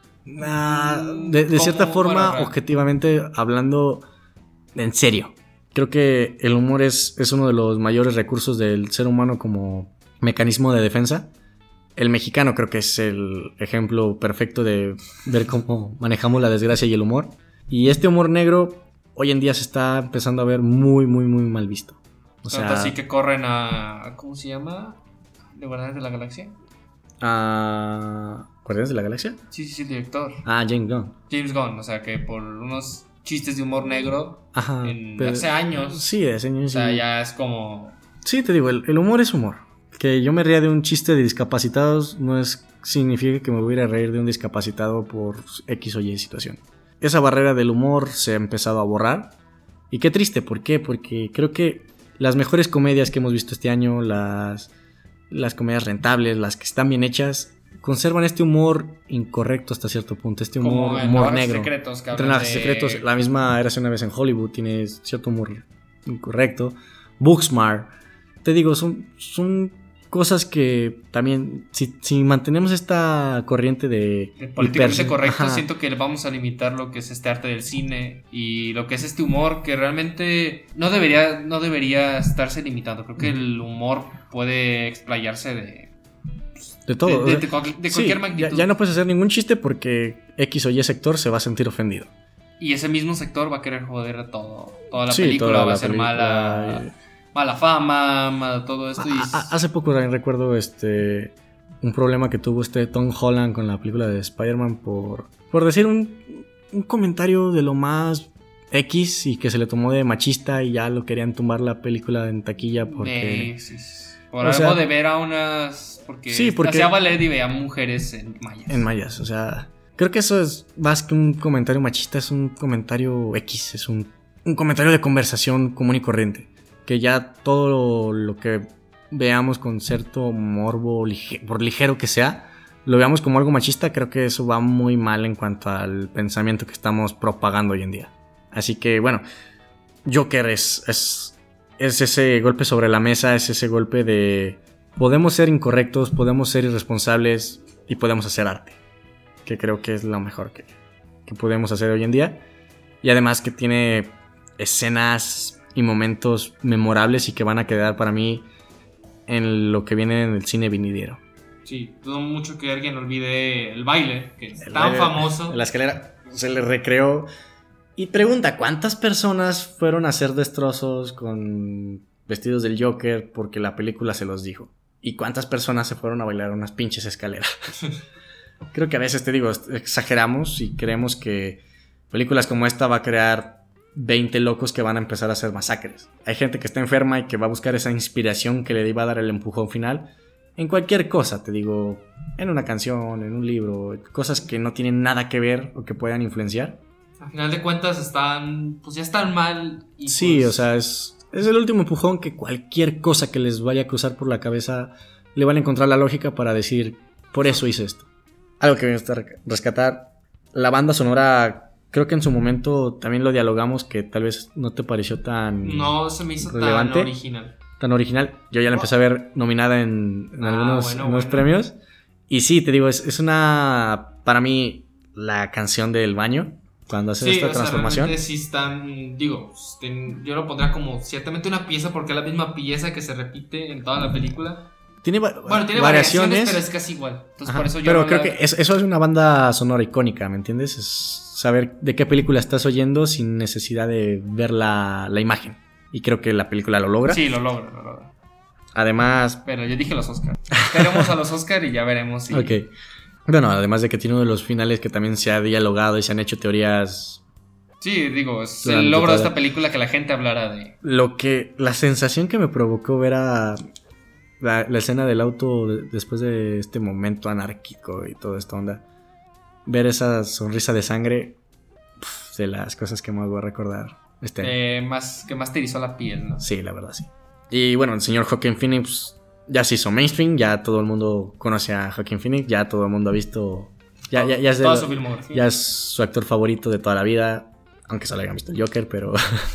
nah, de, de cierta forma, objetivamente hablando, en serio. Creo que el humor es, es uno de los mayores recursos del ser humano como mecanismo de defensa. el mexicano creo que es el ejemplo perfecto de ver cómo manejamos la desgracia y el humor. Y este humor negro hoy en día se está empezando a ver muy, muy, muy mal visto. O sea, sea, así que corren a... ¿Cómo se llama? ¿De Guardianes de la Galaxia? ¿A Guardianes de la Galaxia? Sí, sí, sí, el director. Ah, James Gunn. James Gunn, o sea, que por unos chistes de humor negro Ajá, en, pero, hace años. Sí, hace años. O sea, y... ya es como... Sí, te digo, el, el humor es humor. Que yo me ría de un chiste de discapacitados no es significa que me voy a ir a reír de un discapacitado por X o Y situación. Esa barrera del humor se ha empezado a borrar. Y qué triste, ¿por qué? Porque creo que las mejores comedias que hemos visto este año, las, las comedias rentables, las que están bien hechas, conservan este humor incorrecto hasta cierto punto, este humor, Como humor negro. Secretos, que Entre hablan de... de... secretos, la misma Érase una vez en Hollywood tiene cierto humor incorrecto. Booksmart, te digo, son, son cosas que también, si, si mantenemos esta corriente de... de políticamente hiper... correcto, Ajá. siento que vamos a limitar lo que es este arte del cine y lo que es este humor que realmente no debería, no debería estarse limitando. Creo que el humor puede explayarse de... De todo. De, de, o sea, de, cual, de sí, cualquier magnitud. Ya, ya no puedes hacer ningún chiste porque X o Y sector se va a sentir ofendido. Y ese mismo sector va a querer joder a todo. Toda la Sí, película toda va la a ser película, mala... eh. Mala fama, mala todo esto. Y... A, a, hace poco también recuerdo este un problema que tuvo este Tom Holland con la película de Spider-Man por, por decir un, un comentario de lo más X y que se le tomó de machista y ya lo querían tumbar la película en taquilla porque... Eh, sí, sí. Por o algo sea, de ver a unas... Porque, sí, porque hacía valer y veía mujeres en mayas. En mayas, o sea... Creo que eso es más que un comentario machista, es un comentario X, es un, un comentario de conversación común y corriente. Que ya todo lo, lo que veamos con cierto morbo, lige, por ligero que sea, lo veamos como algo machista, creo que eso va muy mal en cuanto al pensamiento que estamos propagando hoy en día. Así que bueno, Joker es, es, es ese golpe sobre la mesa, es ese golpe de podemos ser incorrectos, podemos ser irresponsables y podemos hacer arte. Que creo que es lo mejor que, que podemos hacer hoy en día. Y además que tiene escenas y momentos memorables y que van a quedar para mí en lo que viene en el cine venidero. Sí, dudo mucho que alguien olvide el baile, que es El tan baile, famoso. La escalera se le recreó. Y pregunta, ¿cuántas personas fueron a hacer destrozos con vestidos del Joker porque la película se los dijo? ¿Y cuántas personas se fueron a bailar unas pinches escaleras? Creo que a veces, te digo, exageramos y creemos que películas como esta va a crear veinte locos que van a empezar a hacer masacres. Hay gente que está enferma y que va a buscar esa inspiración que le iba a dar el empujón final en cualquier cosa, te digo, en una canción, en un libro, cosas que no tienen nada que ver o que puedan influenciar. Al final de cuentas están, pues ya están mal. Y sí, pues... o sea, es, es el último empujón que cualquier cosa que les vaya a cruzar por la cabeza le van a encontrar la lógica para decir, por eso hice esto. Algo que me gusta rescatar, la banda sonora... Creo que en su momento también lo dialogamos, que tal vez no te pareció tan No, se me hizo relevante, tan original. Tan original. Yo ya la empecé a ver nominada en, en ah, algunos, bueno, algunos bueno. premios. Y sí, te digo, es, es una... Para mí, la canción del baño, cuando hace sí, esta o sea, transformación. realmente sí están, digo, ten, yo lo pondría como ciertamente una pieza, porque es la misma pieza que se repite en toda la película. Tiene, va- Bueno, tiene variaciones, variaciones, pero es casi igual. Entonces, Ajá, por eso yo pero no creo la- que es- eso es una banda sonora icónica, ¿me entiendes? Es saber de qué película estás oyendo sin necesidad de ver la, la imagen. Y creo que la película lo logra. Sí, lo logra, lo logra. Además... Pero yo dije los Oscars. Esperemos a los Oscars y ya veremos si... Ok. Bueno, además de que tiene uno de los finales que también se ha dialogado y se han hecho teorías... Sí, digo, es Durante el logro toda- de esta película que la gente hablara de... Lo que... La sensación que me provocó ver a... La, la escena del auto de- después de este momento anárquico y toda esta onda. Ver esa sonrisa de sangre... pf, de las cosas que más voy a recordar este año. Eh, más, que más te erizó la piel, ¿no? Sí, la verdad, sí. Y bueno, el señor Joaquin Phoenix ya se hizo mainstream, ya todo el mundo conoce a Joaquin Phoenix, ya todo el mundo ha visto... Ya, ya, ya, es, de Toda lo- su filmografía. ya es su actor favorito de toda la vida, aunque solo hayan visto el Joker, pero...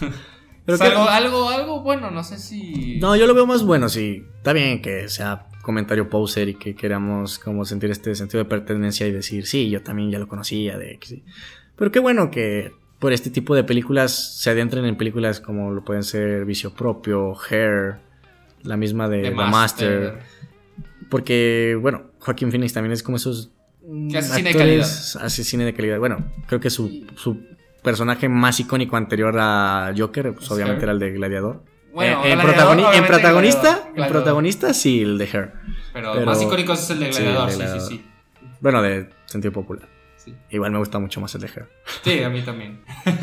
pero Es que- algo, algo, algo bueno, no sé si... No, yo lo veo más bueno, sí. Está bien que sea comentario poser y que queramos como sentir este sentido de pertenencia y decir, sí, yo también ya lo conocía, de que sí. Pero qué bueno que por este tipo de películas se adentren en películas como lo pueden ser Vicio Propio, Hair, la misma de The The Master. Master. Porque, bueno, Joaquin Phoenix también es como esos que hace cine de calidad. Hace cine de calidad. Bueno, creo que su, su personaje más icónico anterior a Joker, pues obviamente era el de Gladiador. Bueno, eh, en, protagoni en protagonista, gladiador, gladiador. en protagonista sí, el de Her. Pero, Pero más icónico es el de Gladiador, sí, sí, sí, sí. Bueno, de sentido popular. Sí. Igual me gusta mucho más el de Her. Sí, a mí también.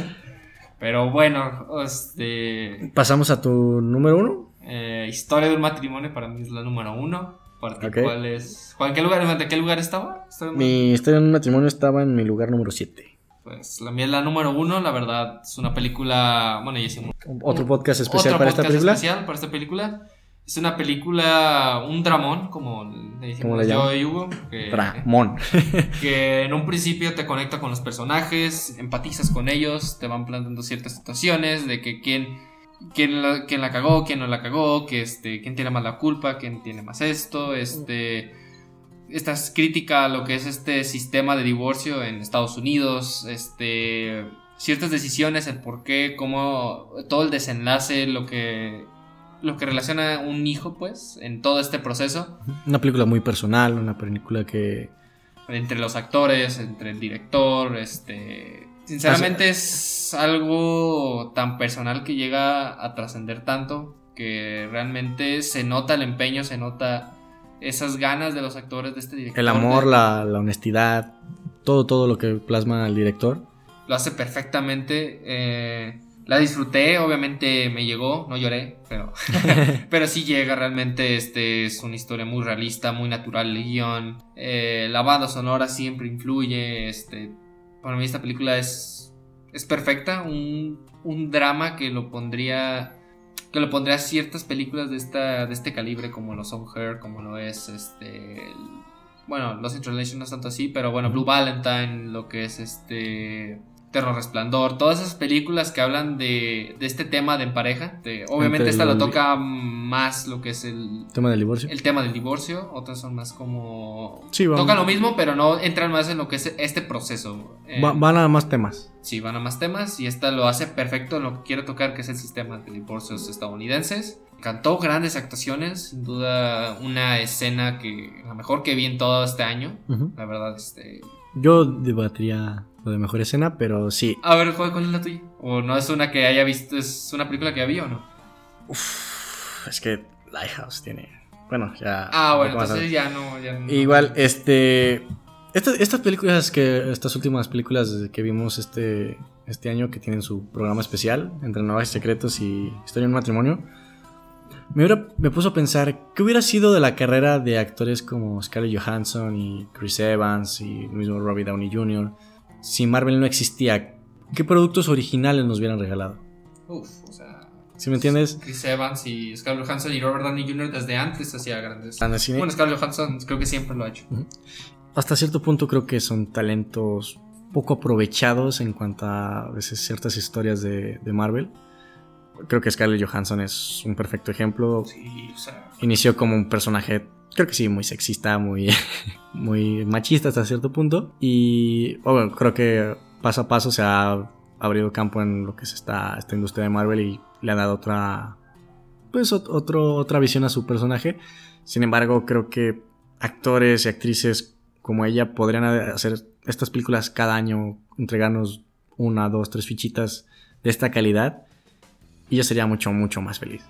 Pero bueno, este... ¿Pasamos a tu número uno? Eh, Historia de un matrimonio para mí es la número uno. Para ti, okay. ¿Cuál es? ¿En qué lugar, ¿en qué lugar estaba? Mi Historia de un matrimonio estaba en mi lugar número siete. Pues la mía es la número uno, la verdad es una película, bueno, ya hicimos otro podcast especial otro para podcast esta película. especial para esta película. Es una película, un dramón, como le dijimos yo y Hugo. Que, dramón. Que en un principio te conecta con los personajes, empatizas con ellos, te van planteando ciertas situaciones de que quién, quién, la, quién la cagó, quién no la cagó, que este, quién tiene más la culpa, quién tiene más esto, este... Esta es crítica a lo que es este sistema de divorcio en Estados Unidos, este, ciertas decisiones, el por qué, cómo, todo el desenlace, lo que, lo que relaciona a un hijo, pues, en todo este proceso. Una película muy personal, una película que... Entre los actores, entre el director, este... Sinceramente es algo tan personal que llega a trascender tanto, que realmente se nota el empeño, se nota... esas ganas de los actores, de este director. El amor, de... la, la honestidad, todo, todo lo que plasma el director. Lo hace perfectamente. Eh, la disfruté, obviamente me llegó, no lloré, pero, pero sí llega realmente. Este, es una historia muy realista, muy natural el guión. Eh, la banda sonora siempre influye. Este, para mí esta película es, es perfecta. Un, un drama que lo pondría... que lo pondré a ciertas películas de esta de este calibre, como lo son Her, como lo es este el, bueno, Lost in Translation no es tanto así, pero bueno, Blue Valentine, lo que es este Eterno Resplandor, todas esas películas que hablan de, de este tema de en pareja, de, obviamente esta lo toca más lo que es el tema del divorcio, el tema del divorcio, otras son más como sí, van, tocan lo mismo, pero no entran más en lo que es este proceso. Va, eh, van a más temas. Sí, van a más temas y esta lo hace perfecto en lo que quiero tocar, que es el sistema de divorcios estadounidenses. Cantó grandes actuaciones, sin duda una escena que la mejor que vi en todo este año, uh-huh. La verdad, este... Yo debatiría lo de mejor escena, pero sí. A ver, ¿cuál es la tuya? ¿O no es una que haya visto, es una película que había o no? Uf, es que Lighthouse tiene... Bueno, ya... Ah, bueno, entonces ya no, ya no... Igual, este... Estas, estas películas que... Estas últimas películas que vimos este, este año, que tienen su programa especial, Entre Navajas y Secretos y Historia de un Matrimonio, me, hubiera, me puso a pensar qué hubiera sido de la carrera de actores como Scarlett Johansson y Chris Evans y el mismo Robbie Downey junior si Marvel no existía. ¿Qué productos originales nos hubieran regalado? Uf, o sea... ¿Sí me entiendes? Chris Evans y Scarlett Johansson y Robert Downey junior desde antes hacía grandes... ¿Cine? Bueno, Scarlett Johansson creo que siempre lo ha hecho. Uh-huh. Hasta cierto punto creo que son talentos poco aprovechados en cuanto a, a veces ciertas historias de, de Marvel. Creo que Scarlett Johansson es un perfecto ejemplo. Sí, o sea... Inició como un personaje, creo que sí, muy sexista, muy, muy machista hasta cierto punto. Y oh, bueno, creo que paso a paso se ha abrido campo en lo que es esta, esta industria de Marvel y le ha dado otra, pues, otro, otra visión a su personaje. Sin embargo, creo que actores y actrices como ella podrían hacer estas películas cada año, entregarnos una, dos, tres fichitas de esta calidad. Y yo sería mucho, mucho más feliz.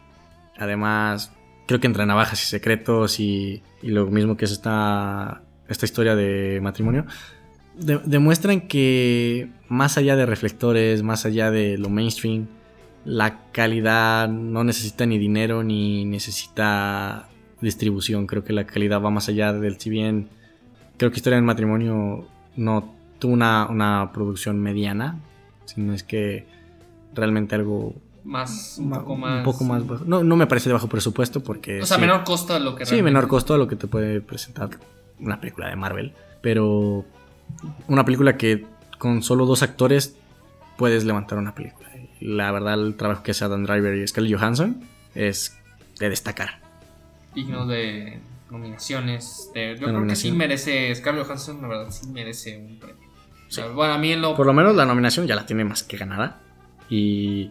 Además, creo que Entre Navajas y Secretos y, y lo mismo que es esta, esta historia de matrimonio, de, demuestran que más allá de reflectores, más allá de lo mainstream, la calidad no necesita ni dinero ni necesita distribución. Creo que la calidad va más allá del... Si bien creo que Historia del Matrimonio no tuvo una, una producción mediana, sino es que realmente algo... Más, un poco más. Un poco más bajo. No, no me parece de bajo presupuesto porque. O sea, sí, menor costo de lo que. Sí, menor costo de lo que te puede presentar una película de Marvel. Pero una película que con solo dos actores puedes levantar una película. La verdad, el trabajo que hace Adam Driver y Scarlett Johansson es de destacar. Digno de nominaciones. De, yo de creo nominación. Que sí merece. Scarlett Johansson, la verdad, sí merece un premio. O sea, sí. Bueno, a mí en lo. Por lo menos la nominación ya la tiene más que ganada. Y.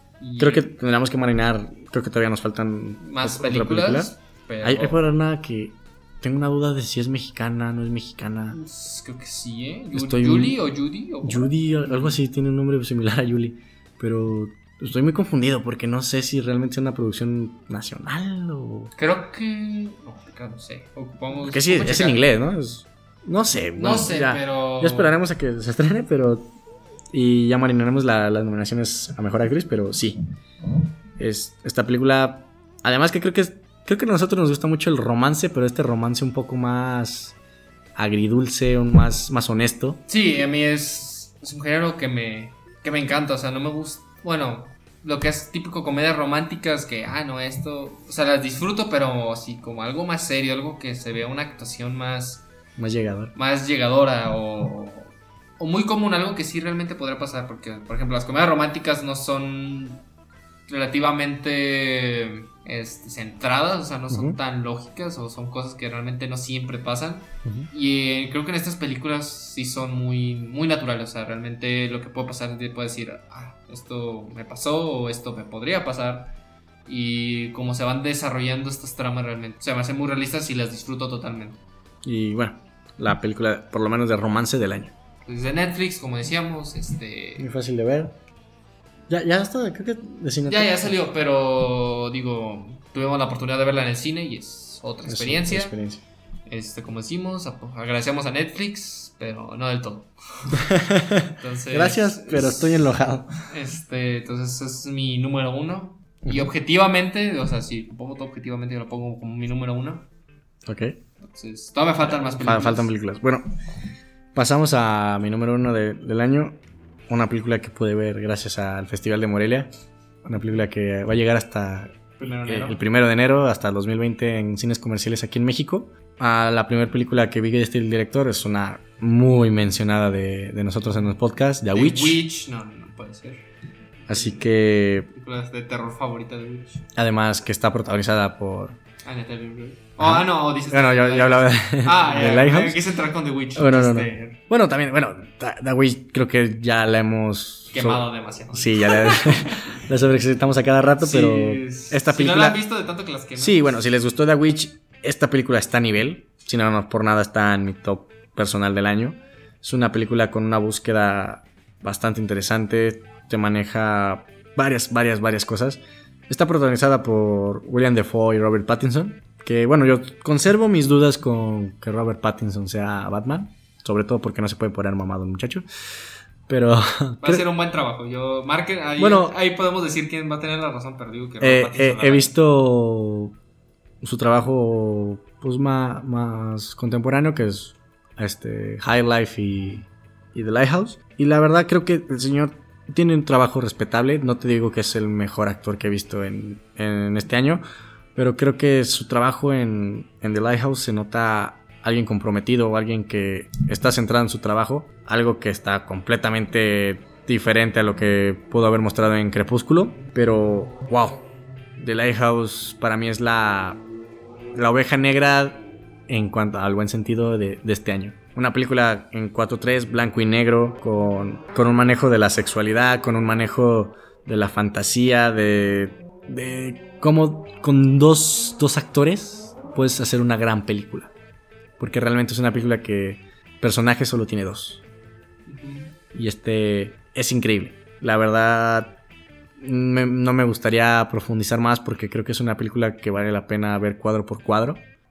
Y creo que tendríamos que marinar. Creo que todavía nos faltan más películas. película. Pero... Hay, hay por nada que tengo una duda de si es mexicana, no es mexicana. Pues, creo que sí, ¿eh? Estoy... ¿Julie o Judy? O... Judy, algo así, tiene un nombre similar a Julie. Pero estoy muy confundido porque no sé si realmente es una producción nacional o... Creo que... No, no sé. Ocupamos... Que sí, es checar. En inglés, ¿no? Es... No sé. No bueno, sé, ya, pero... Ya esperaremos a que se estrene, pero... Y ya marinaremos la, las nominaciones a Mejor Actriz, pero sí. Es esta película... Además que creo que es, creo que a nosotros nos gusta mucho el romance, pero este romance un poco más agridulce, un más, más honesto. Sí, a mí es, es un género que me, que me encanta, o sea, no me gusta... Bueno, lo que es típico comedias románticas que, ah, no, esto... O sea, las disfruto, pero así como algo más serio, algo que se vea una actuación más... Más llegador. Más llegadora o, o muy común, algo que sí realmente podría pasar. Porque, por ejemplo, las comedias románticas no son relativamente este, centradas, o sea, no son uh-huh. tan lógicas o son cosas que realmente no siempre pasan. Uh-huh. Y eh, creo que en estas películas sí son muy, muy naturales, o sea, realmente lo que puede pasar, te puede decir, ah, esto me pasó o esto me podría pasar. Y como se van desarrollando estas tramas realmente, o sea, me hacen muy realistas y las disfruto totalmente. Y bueno, la película, por lo menos de romance del año. Pues de Netflix, como decíamos, este... muy fácil de ver. Ya, ya está, creo que de cine. Ya, ya salió, pero digo, tuvimos la oportunidad de verla en el cine y es otra es experiencia. Otra experiencia. Este, como decimos, agradecemos a Netflix, pero no del todo. Entonces, gracias, pero es, estoy enojado. Este, entonces es mi número uno. Uh-huh. Y objetivamente, o sea, si pongo todo objetivamente, yo lo pongo como mi número uno. Ok. Entonces, todavía me faltan más películas. Faltan películas. Bueno, pasamos a mi número uno de, del año. Una película que pude ver gracias al Festival de Morelia. Una película que va a llegar hasta primero de enero. el primero de enero, hasta el dos mil veinte en cines comerciales aquí en México. Ah, la primera película que vi de este director es una muy mencionada de, de nosotros en el podcast, The, The Witch. Witch, no, no puede ser. Así que... Película de terror favorita de Witch. Además que está protagonizada por... Ah, Oh, ah, no, dices. Bueno, yo, yo hablaba de, ah, de yeah, Lighthouse. Quise entrar con The Witch. Bueno, no, este... no. Bueno, también, bueno, The Witch creo que ya la hemos quemado so... demasiado. Sí, ya la, la sobreexcitamos a cada rato, sí, pero esta si película. No la han visto de tanto que las queman. Sí, bueno, si les gustó The Witch, esta película está a nivel. Si no, no por nada está en mi top personal del año. Es una película con una búsqueda bastante interesante. Te maneja varias, varias, varias cosas. Está protagonizada por William Dafoe y Robert Pattinson. Que bueno, yo conservo mis dudas con que Robert Pattinson sea Batman. Sobre todo porque no se puede poner mamado el muchacho. Pero... Va a ser un buen trabajo. Yo marque, ahí, bueno, ahí podemos decir quién va a tener la razón, pero digo que eh, eh, He visto su trabajo pues más, más contemporáneo, que es este High Life y, y The Lighthouse. Y la verdad creo que el señor tiene un trabajo respetable. No te digo que es el mejor actor que he visto en, en este año, pero creo que su trabajo en, en The Lighthouse se nota alguien comprometido o alguien que está centrado en su trabajo. Algo que está completamente diferente a lo que pudo haber mostrado en Crepúsculo. Pero, wow, The Lighthouse para mí es la, la oveja negra en cuanto al buen sentido de, de este año. Una película en cuatro tres, blanco y negro, con, con un manejo de la sexualidad, con un manejo de la fantasía, de... de cómo con dos, dos actores puedes hacer una gran película. Porque realmente es una película que personaje solo tiene dos. Y este es increíble. La verdad, me, no me gustaría profundizar más porque creo que es una película que vale la pena ver cuadro por cuadro.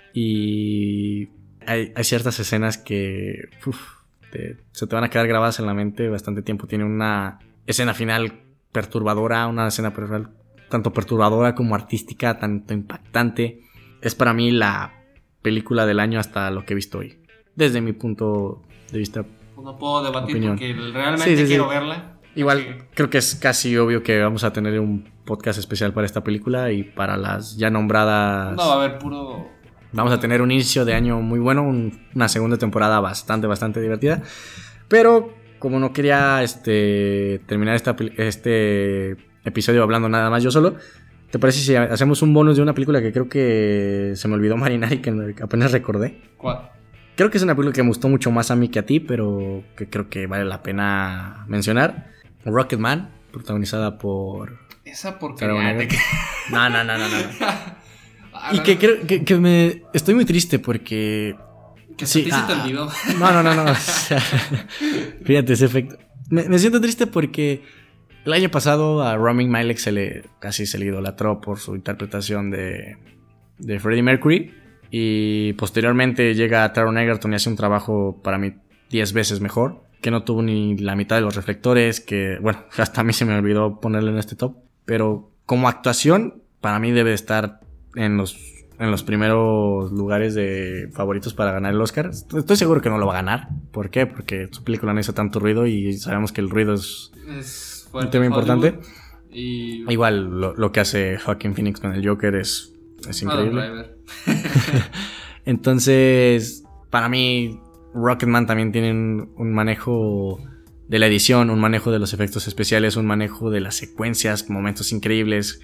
Y hay, hay ciertas escenas que uf, te, se te van a quedar grabadas en la mente bastante tiempo. Tiene una escena final perturbadora, una escena final tanto perturbadora como artística, tanto impactante. Es para mí la película del año hasta lo que he visto hoy, desde mi punto de vista. No puedo debatir opinión. Porque realmente sí, sí, quiero sí. verla. Igual sí. Creo que es casi obvio que vamos a tener un podcast especial para esta película y para las ya nombradas. No va a haber puro. Vamos a tener un inicio de año muy bueno, un, una segunda temporada bastante, bastante divertida. Pero como no quería este, terminar esta, este episodio hablando nada más yo solo, ¿te parece si hacemos un bonus de una película que creo que se me olvidó marinar y que apenas recordé? ¿Cuál? Creo que es una película que me gustó mucho más a mí que a ti, pero que creo que vale la pena mencionar. Rocketman, protagonizada por... Esa porquería. No, no, no, no, no. y que creo que, que me estoy muy triste porque que sí, a ti ah, se te olvidó. No, no, no, no. O sea, fíjate ese efecto. Me, me siento triste porque el año pasado a Rami Malek se le casi se le idolatró por su interpretación de, de Freddie Mercury. Y posteriormente llega Taron Egerton y hace un trabajo para mí diez veces mejor. Que no tuvo ni la mitad de los reflectores. Que, bueno, hasta a mí se me olvidó ponerle en este top. Pero como actuación, para mí debe estar en los, en los primeros lugares de favoritos para ganar el Oscar. Estoy seguro que no lo va a ganar. ¿Por qué? Porque su película no hizo tanto ruido y sabemos que el ruido es, es un tema importante. Y... Igual lo, lo que hace Joaquin Phoenix con el Joker es, es increíble. Entonces, para mí, Rocketman también tiene un, un manejo de la edición, un manejo de los efectos especiales, un manejo de las secuencias, momentos increíbles,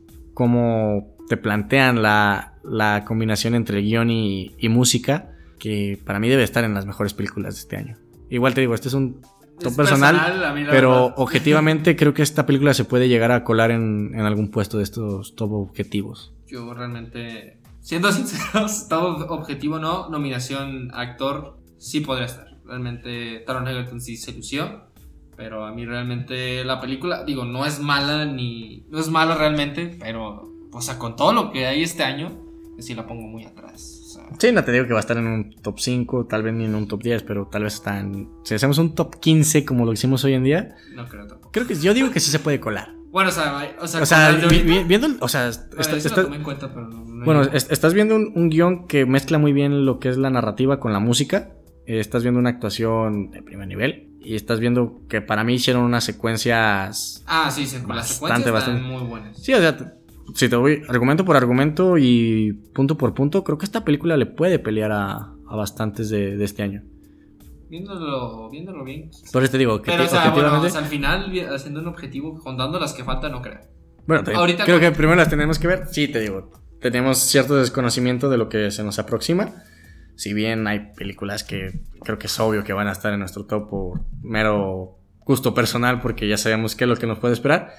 cómo te plantean la, la combinación entre guión y, y música, que para mí debe estar en las mejores películas de este año. Igual te digo, este es un top es personal, personal pero verdad. Objetivamente creo que esta película se puede llegar a colar en, en algún puesto de estos top objetivos. Yo realmente, siendo sinceros, top objetivo no, nominación actor sí podría estar. Realmente Taron Egerton sí se lució, pero a mí realmente la película, digo, no es mala ni no es mala realmente, pero o sea, con todo lo que hay este año, sí la pongo muy atrás. O sea, sí, no te digo que va a estar en un top cinco, tal vez ni en un top diez, pero tal vez está en... Si hacemos un top quince como lo hicimos hoy en día, no creo tampoco. Creo que yo digo que sí se puede colar. Bueno, o sea, o sea, o sea vi, vi, viendo, o sea, bueno, está, está, está, lo cuenta, pero no, no bueno, hay... est- estás viendo un, un guión que mezcla muy bien lo que es la narrativa con la música. Eh, estás viendo una actuación de primer nivel y estás viendo que para mí hicieron unas secuencias. Ah, sí, sí, las bastante, secuencias están bastante muy buenas. Sí, o sea, te- si te voy argumento por argumento y punto por punto, creo que esta película le puede pelear a, a bastantes de, de este año. Viéndolo, viéndolo bien. Por eso te digo que pero, o sea, objetivamente... bueno, o sea, al final, vi- haciendo un objetivo, contando las que faltan, no creo. Bueno, te- Ahorita creo con- que primero las tenemos que ver. Sí, te digo, tenemos cierto desconocimiento de lo que se nos aproxima. Si bien hay películas que creo que es obvio que van a estar en nuestro top por mero gusto personal, porque ya sabemos qué es lo que nos puede esperar.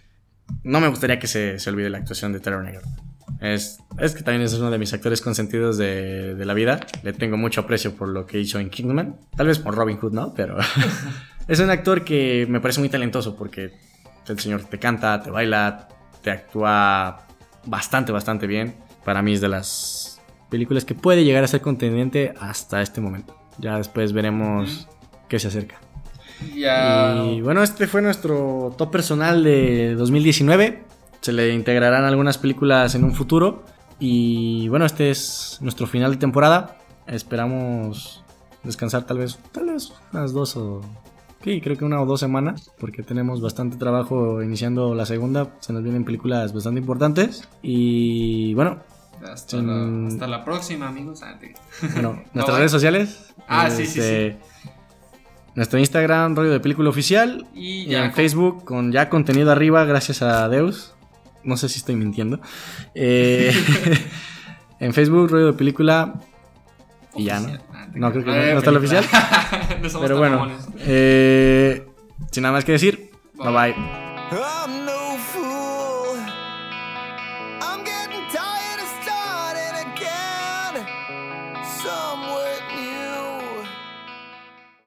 No me gustaría que se, se olvide la actuación de Taron Egerton. Es, es que también es uno de mis actores consentidos de, de la vida. Le tengo mucho aprecio por lo que hizo en Kingman. Tal vez por Robin Hood, ¿no? Pero es un actor que me parece muy talentoso porque el señor te canta, te baila, te actúa bastante, bastante bien. Para mí es de las películas que puede llegar a ser contendiente hasta este momento. Ya después veremos mm. qué se acerca. Ya. Y bueno, este fue nuestro top personal de dos mil diecinueve. Se le integrarán algunas películas en un futuro. Y bueno, este es nuestro final de temporada. Esperamos descansar tal vez, tal vez unas dos o... Sí, creo que una o dos semanas, porque tenemos bastante trabajo iniciando la segunda. Se nos vienen películas bastante importantes. Y bueno... Hasta, sin... la, hasta la próxima, amigos. Bueno, nuestras no, redes sociales. Ah, este, sí, sí, sí. Nuestro Instagram, Rollo de Película Oficial. Y, y en con... Facebook, con ya contenido arriba, gracias a Deus. No sé si estoy mintiendo. Eh, en Facebook, Rollo de Película. Y ya, ¿no? Ah, no, creo que no, no está el oficial. No Pero bueno, eh, sin nada más que decir, bye bye. bye.